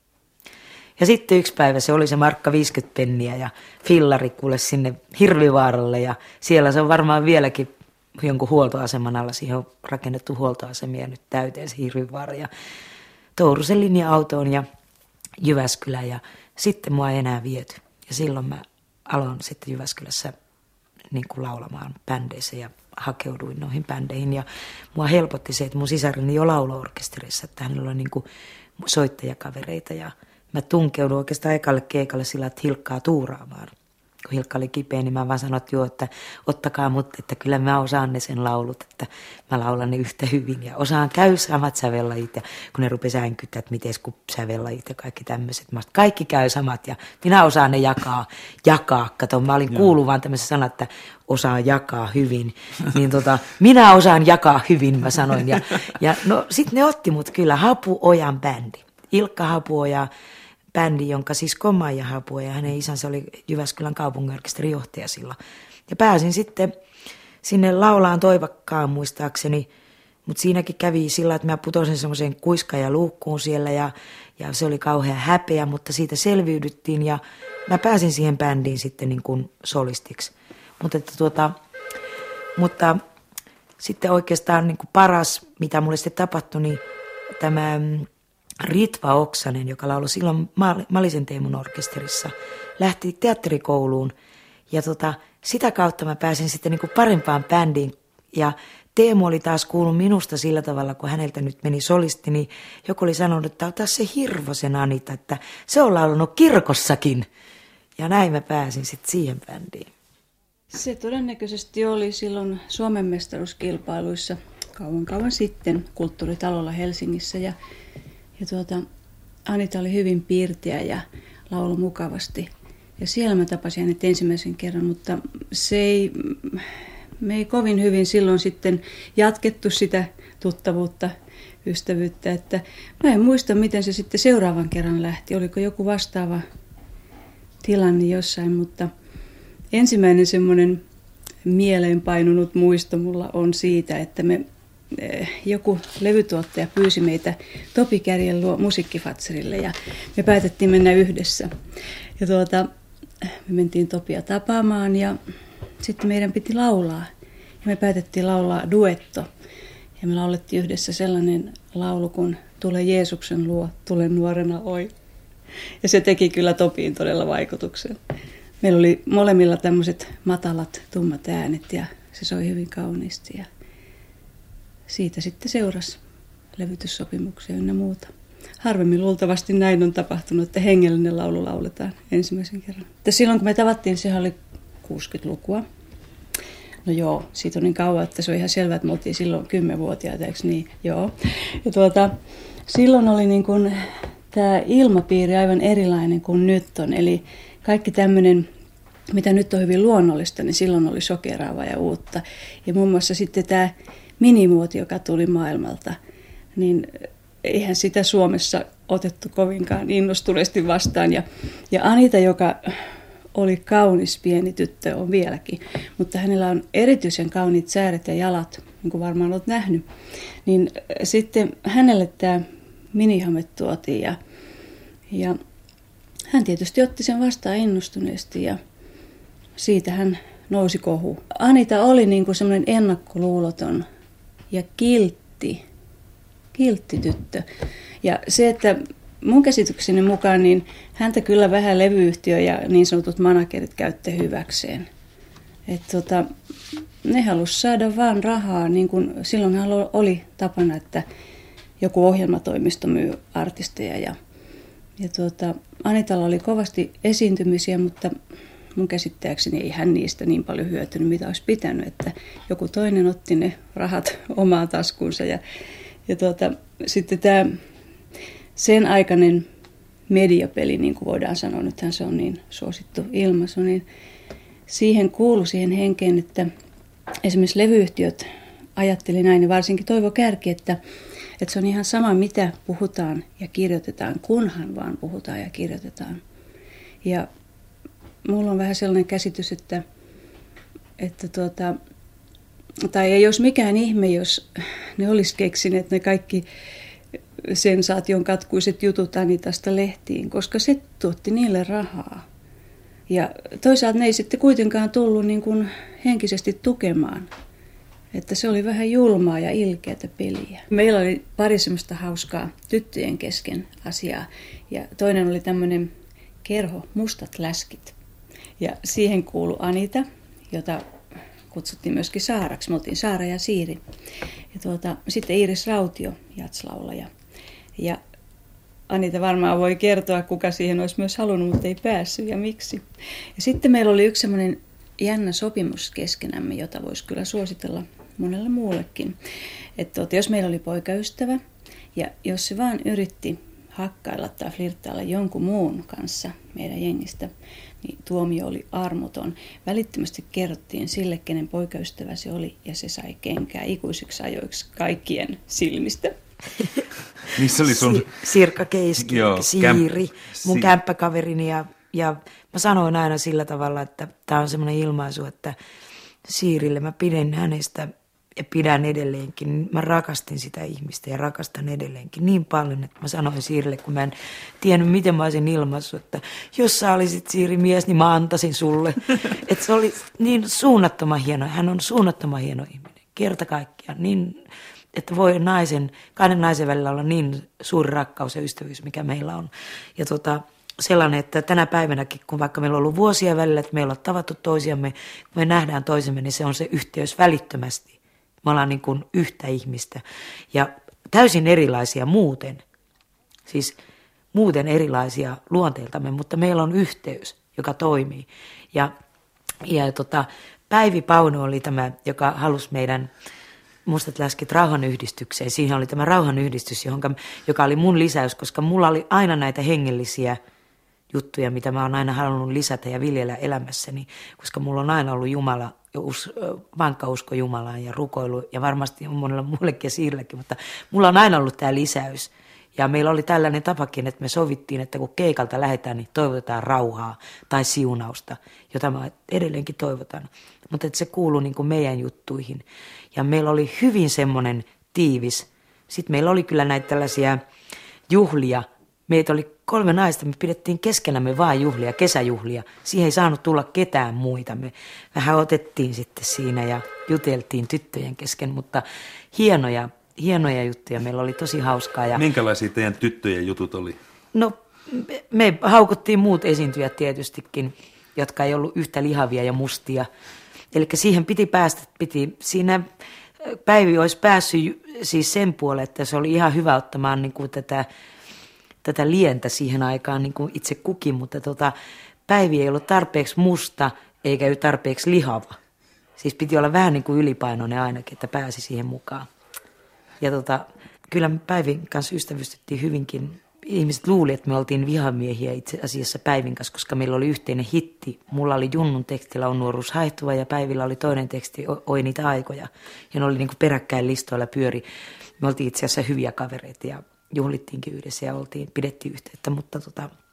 Ja sitten yksi päivä se oli se markka 50 penniä ja fillari kuule sinne Hirvivaaralle ja siellä se on varmaan vieläkin jonkun huoltoaseman alla, siihen on rakennettu huoltoasemia nyt täyteen se Hirvivaara ja Tourusen linja-autoon ja Jyväskylä ja sitten mua ei enää viety. Ja silloin mä aloin sitten Jyväskylässä niin kuin laulamaan bändeissä ja hakeuduin noihin bändeihin ja mua helpotti se, että mun sisareni jo laulaorkesterissa, että hänellä oli niin kuin soittajakavereita ja mä tunkeudun oikeastaan ekalle keikalle sillä, että Hilkkaa tuuraamaan. Kun Hilkka oli kipeä, niin mä vaan sanoin, että joo, että ottakaa mut, että kyllä mä osaan ne sen laulut, että mä laulan ne yhtä hyvin. Ja osaan käy samat sävellajit, ja kun ne rupesi äänkyttää, että miten kun sävellajit ja kaikki tämmöiset. Mä kaikki käy samat, ja minä osaan ne jakaa. Kato, mä olin kuullut vaan tämmöisen sanan, että osaan jakaa hyvin. Niin minä osaan jakaa hyvin, mä sanoin. Ja no sit ne otti mut kyllä, Hapuojan bändi. Ilkka Hapuoja bändi, jonka siis Maija Hapuoja ja hänen isänsä oli Jyväskylän kaupunginorkesterin johtaja silloin. Ja pääsin sitten sinne laulaan Toivakkaan muistaakseni, mutta siinäkin kävi sillä, että mä putosin semmoiseen kuiskaan ja luukkuun siellä ja se oli kauhean häpeä, mutta siitä selviydyttiin ja mä pääsin siihen bändiin sitten niin kuin solistiksi. Mutta sitten oikeastaan niin kuin paras, mitä mulle sitten tapahtui, niin tämä Ritva Oksanen, joka lauloi silloin Malisen Teemun orkesterissa, lähti teatterikouluun ja sitä kautta mä pääsin sitten niin kuin parempaan bändiin ja Teemu oli taas kuullut minusta sillä tavalla, kun häneltä nyt meni solisti, niin joku oli sanonut, että ota se Hirvosen Anita, että se on laulunut kirkossakin ja näin mä pääsin sitten siihen bändiin. Se todennäköisesti oli silloin Suomen mestaruuskilpailuissa kauan sitten Kulttuuritalolla Helsingissä ja Anita oli hyvin piirteä ja lauloi mukavasti. Ja siellä mä tapasin hänet ensimmäisen kerran, mutta me ei kovin hyvin silloin sitten jatkettu sitä tuttavuutta, ystävyyttä. Että mä en muista, miten se sitten seuraavan kerran lähti. Oliko joku vastaava tilanne jossain, mutta ensimmäinen semmoinen mieleenpainunut muisto mulla on siitä, että joku levytuottaja pyysi meitä Topi Kärjen luo musiikkifatserille ja me päätettiin mennä yhdessä. Ja me mentiin Topia tapaamaan ja sitten meidän piti laulaa. Ja me päätettiin laulaa duetto. Ja me laulettiin yhdessä sellainen laulu, kun Tule Jeesuksen luo, tule nuorena oi. Ja se teki kyllä Topiin todella vaikutuksen. Meillä oli molemmilla tämmöiset matalat, tummat äänet ja se soi hyvin kauniisti. Ja siitä sitten seurasi levytyssopimuksia ynnä muuta. Harvemmin luultavasti näin on tapahtunut, että hengellinen laulu lauletaan ensimmäisen kerran. Mutta silloin kun me tavattiin, sehän oli 60-lukua. No joo, siitä on niin kauan, että se on ihan selvää, että me oltiin silloin 10-vuotiaita, eikö niin? Joo. Ja silloin oli niin kuin tämä ilmapiiri aivan erilainen kuin nyt on. Eli kaikki tämmöinen, mitä nyt on hyvin luonnollista, niin silloin oli shokeraavaa ja uutta. Ja muun muassa sitten tämä minimuoti, joka tuli maailmalta, niin eihän sitä Suomessa otettu kovinkaan innostuneesti vastaan. Ja Anita, joka oli kaunis pieni tyttö, on vieläkin, mutta hänellä on erityisen kauniit sääret ja jalat, niin kuin varmaan olet nähnyt. Niin sitten hänelle tämä minihame tuotiin ja hän tietysti otti sen vastaan innostuneesti ja siitä hän nousi kohu. Anita oli niin kuin semmoinen ennakkoluuloton ja kiltti tyttö. Ja se, että mun käsitykseni mukaan, niin häntä kyllä vähän levyyhtiö ja niin sanotut managerit käytti hyväkseen. Ne halusi saada vaan rahaa, niin kuin silloinhan oli tapana, että joku ohjelmatoimisto myy artisteja. Ja Anitalla oli kovasti esiintymisiä, mutta mun käsittääkseni ei hän niistä niin paljon hyötynyt, mitä olisi pitänyt, että joku toinen otti ne rahat omaan taskuunsa. Ja sitten tämä sen aikainen mediapeli, niin kuin voidaan sanoa, nythän se on niin suosittu ilmaisu, niin siihen kuului siihen henkeen, että esimerkiksi levyyhtiöt ajatteli näin, ja varsinkin Toivo Kärki, että se on ihan sama, mitä puhutaan ja kirjoitetaan, kunhan vaan puhutaan ja kirjoitetaan. Ja mulla on vähän sellainen käsitys, tai ei olisi mikään ihme, jos ne olisi keksineet ne kaikki sensaation katkuiset jutut Anitasta lehtiin, koska se tuotti niille rahaa. Ja toisaalta ne ei sitten kuitenkaan tullut niin kuin henkisesti tukemaan. Että se oli vähän julmaa ja ilkeätä peliä. Meillä oli pari semmoista hauskaa tyttöjen kesken asiaa. Ja toinen oli tämmöinen kerho Mustat läskit. Ja siihen kuului Anita, jota kutsuttiin myöskin Saaraksi. Me oltiin Saara ja Siiri. Ja sitten Iiris Rautio, jatslaulaja. Ja Anita varmaan voi kertoa, kuka siihen olisi myös halunnut, mutta ei päässyt ja miksi. Ja sitten meillä oli yksi semmoinen jännä sopimus keskenämme, jota voisi kyllä suositella monelle muullekin. Että jos meillä oli poikaystävä ja jos se vaan yritti hakkailla tai flirttailla jonkun muun kanssa meidän jengistä, niin tuomio oli armoton. Välittömästi kerrottiin sille, kenen poikaystävä se oli, ja se sai kenkää ikuisiksi ajoiksi kaikkien silmistä. Missä oli sun... Sirkka Keiski, Siiri, mun kämppäkaverini, ja mä sanoin aina sillä tavalla, että tää on semmoinen ilmaisu, että Siirille mä pidän hänestä ja pidän edelleenkin. Mä rakastin sitä ihmistä ja rakastan edelleenkin niin paljon, että mä sanoin Siirille, kun mä en tiennyt, miten mä olisin ilmaissut, että jos sä olisit Siiri mies, niin mä antaisin sulle. Että se oli niin suunnattoman hieno. Hän on suunnattoman hieno ihminen. Kerta kaikkiaan. Niin, että voi kahden naisen välillä olla niin suuri rakkaus ja ystävyys, mikä meillä on. Ja sellainen, että tänä päivänäkin, kun vaikka meillä on ollut vuosia välillä, että meillä on tavattu toisiamme, kun me nähdään toisemme, niin se on se yhteys välittömästi. Me ollaan niin kuin yhtä ihmistä ja täysin erilaisia muuten, siis muuten erilaisia luonteeltamme, mutta meillä on yhteys, joka toimii. Ja Päivi Pauno oli tämä, joka halusi meidän Mustat läskit rauhanyhdistykseen. Siinä oli tämä rauhanyhdistys, joka oli mun lisäys, koska mulla oli aina näitä hengellisiä juttuja, mitä mä oon aina halunnut lisätä ja viljellä elämässäni, koska mulla on aina ollut Jumala, vankka usko Jumalaan ja rukoilu ja varmasti monella muullekin ja Siirillekin, mutta mulla on aina ollut tämä lisäys. Ja meillä oli tällainen tapakin, että me sovittiin, että kun keikalta lähdetään, niin toivotetaan rauhaa tai siunausta, jota mä edelleenkin toivotan. Mutta että se kuului niin kuin meidän juttuihin. Ja meillä oli hyvin semmoinen tiivis. Sitten meillä oli kyllä näitä tällaisia juhlia. Meitä oli 3 naista, me pidettiin keskenämme vaan juhlia, kesäjuhlia. Siihen ei saanut tulla ketään muita. Me vähän otettiin sitten siinä ja juteltiin tyttöjen kesken, mutta hienoja juttuja. Meillä oli tosi hauskaa. Ja minkälaisia teidän tyttöjen jutut oli? No, me haukuttiin muut esiintyjät tietystikin, jotka ei ollut yhtä lihavia ja mustia. Eli siihen piti päästä, siinä Päivi olisi päässyt siis sen puoleen, että se oli ihan hyvä ottamaan niin kuin tätä lientä siihen aikaan niin kuin itse kukin, mutta Päivi ei ollut tarpeeksi musta eikä tarpeeksi lihava. Siis piti olla vähän niin kuin ylipainoinen ainakin, että pääsi siihen mukaan. Ja kyllä me Päivin kanssa ystävystyttiin hyvinkin. Ihmiset luuli, että me oltiin vihamiehiä itse asiassa Päivin kanssa, koska meillä oli yhteinen hitti. Mulla oli Junnun tekstillä On nuoruus haihtuva ja Päivillä oli toinen teksti Oi niitä aikoja. Ja ne oli niin kuin peräkkäin listoilla pyöri. Me oltiin itse asiassa hyviä kavereita ja juhlittiinkin yhdessä ja pidettiin yhteyttä. Mutta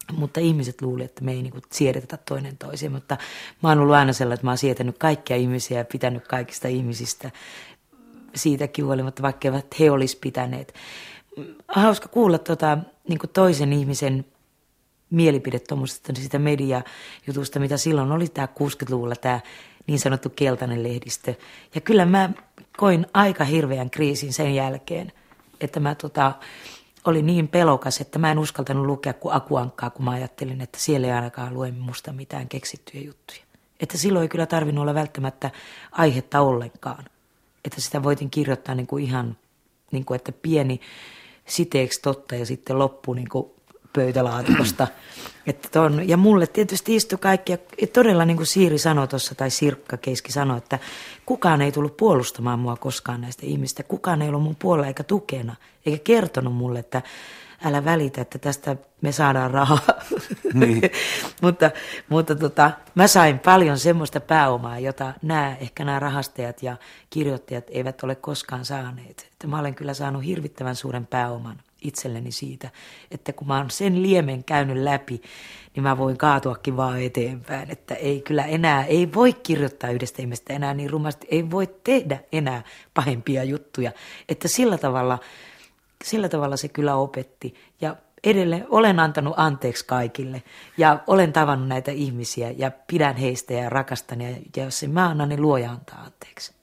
Mutta ihmiset luuli, että me ei niin kuin siedetä toinen toisiaan. Mutta mä oon ollut aina sellainen, että mä oon sietänyt kaikkia ihmisiä ja pitänyt kaikista ihmisistä siitäkin huolimatta, vaikka eivät he olisi pitäneet. Hauska kuulla niin kuin toisen ihmisen mielipide tuommoisesta sitä mediajutusta, mitä silloin oli tämä 60-luvulla tämä niin sanottu keltainen lehdistö. Ja kyllä mä koin aika hirveän kriisin sen jälkeen, että mä olin niin pelokas, että mä en uskaltanut lukea kuin Akuankkaa, kun mä ajattelin, että siellä ei ainakaan lue musta mitään keksittyjä juttuja. Että silloin ei kyllä tarvinnut olla välttämättä aihetta ollenkaan. Että sitä voitin kirjoittaa niin kuin ihan, niin kuin, että pieni siteeksi totta ja sitten loppu niin kuin pöytälaatikosta. Ja mulle tietysti istui kaikki, ja todella niin kuin Siiri sanoi tuossa, tai Sirkka Keiski sanoi, että kukaan ei tullut puolustamaan mua koskaan näistä ihmistä. Kukaan ei ollut mun puolella eikä tukena, eikä kertonut mulle, että älä välitä, että tästä me saadaan rahaa. Niin. mutta mä sain paljon semmoista pääomaa, jota ehkä nämä rahastajat ja kirjoittajat eivät ole koskaan saaneet. Että mä olen kyllä saanut hirvittävän suuren pääoman itselleni siitä, että kun mä oon sen liemen käynyt läpi, niin mä voin kaatuakin vaan eteenpäin. Että ei kyllä enää, ei voi kirjoittaa yhdestä ihmistä enää niin rumasti, ei voi tehdä enää pahempia juttuja. Että sillä tavalla se kyllä opetti. Ja edelleen olen antanut anteeksi kaikille ja olen tavannut näitä ihmisiä ja pidän heistä ja rakastan. Ja jos mä annan, niin Luoja antaa anteeksi.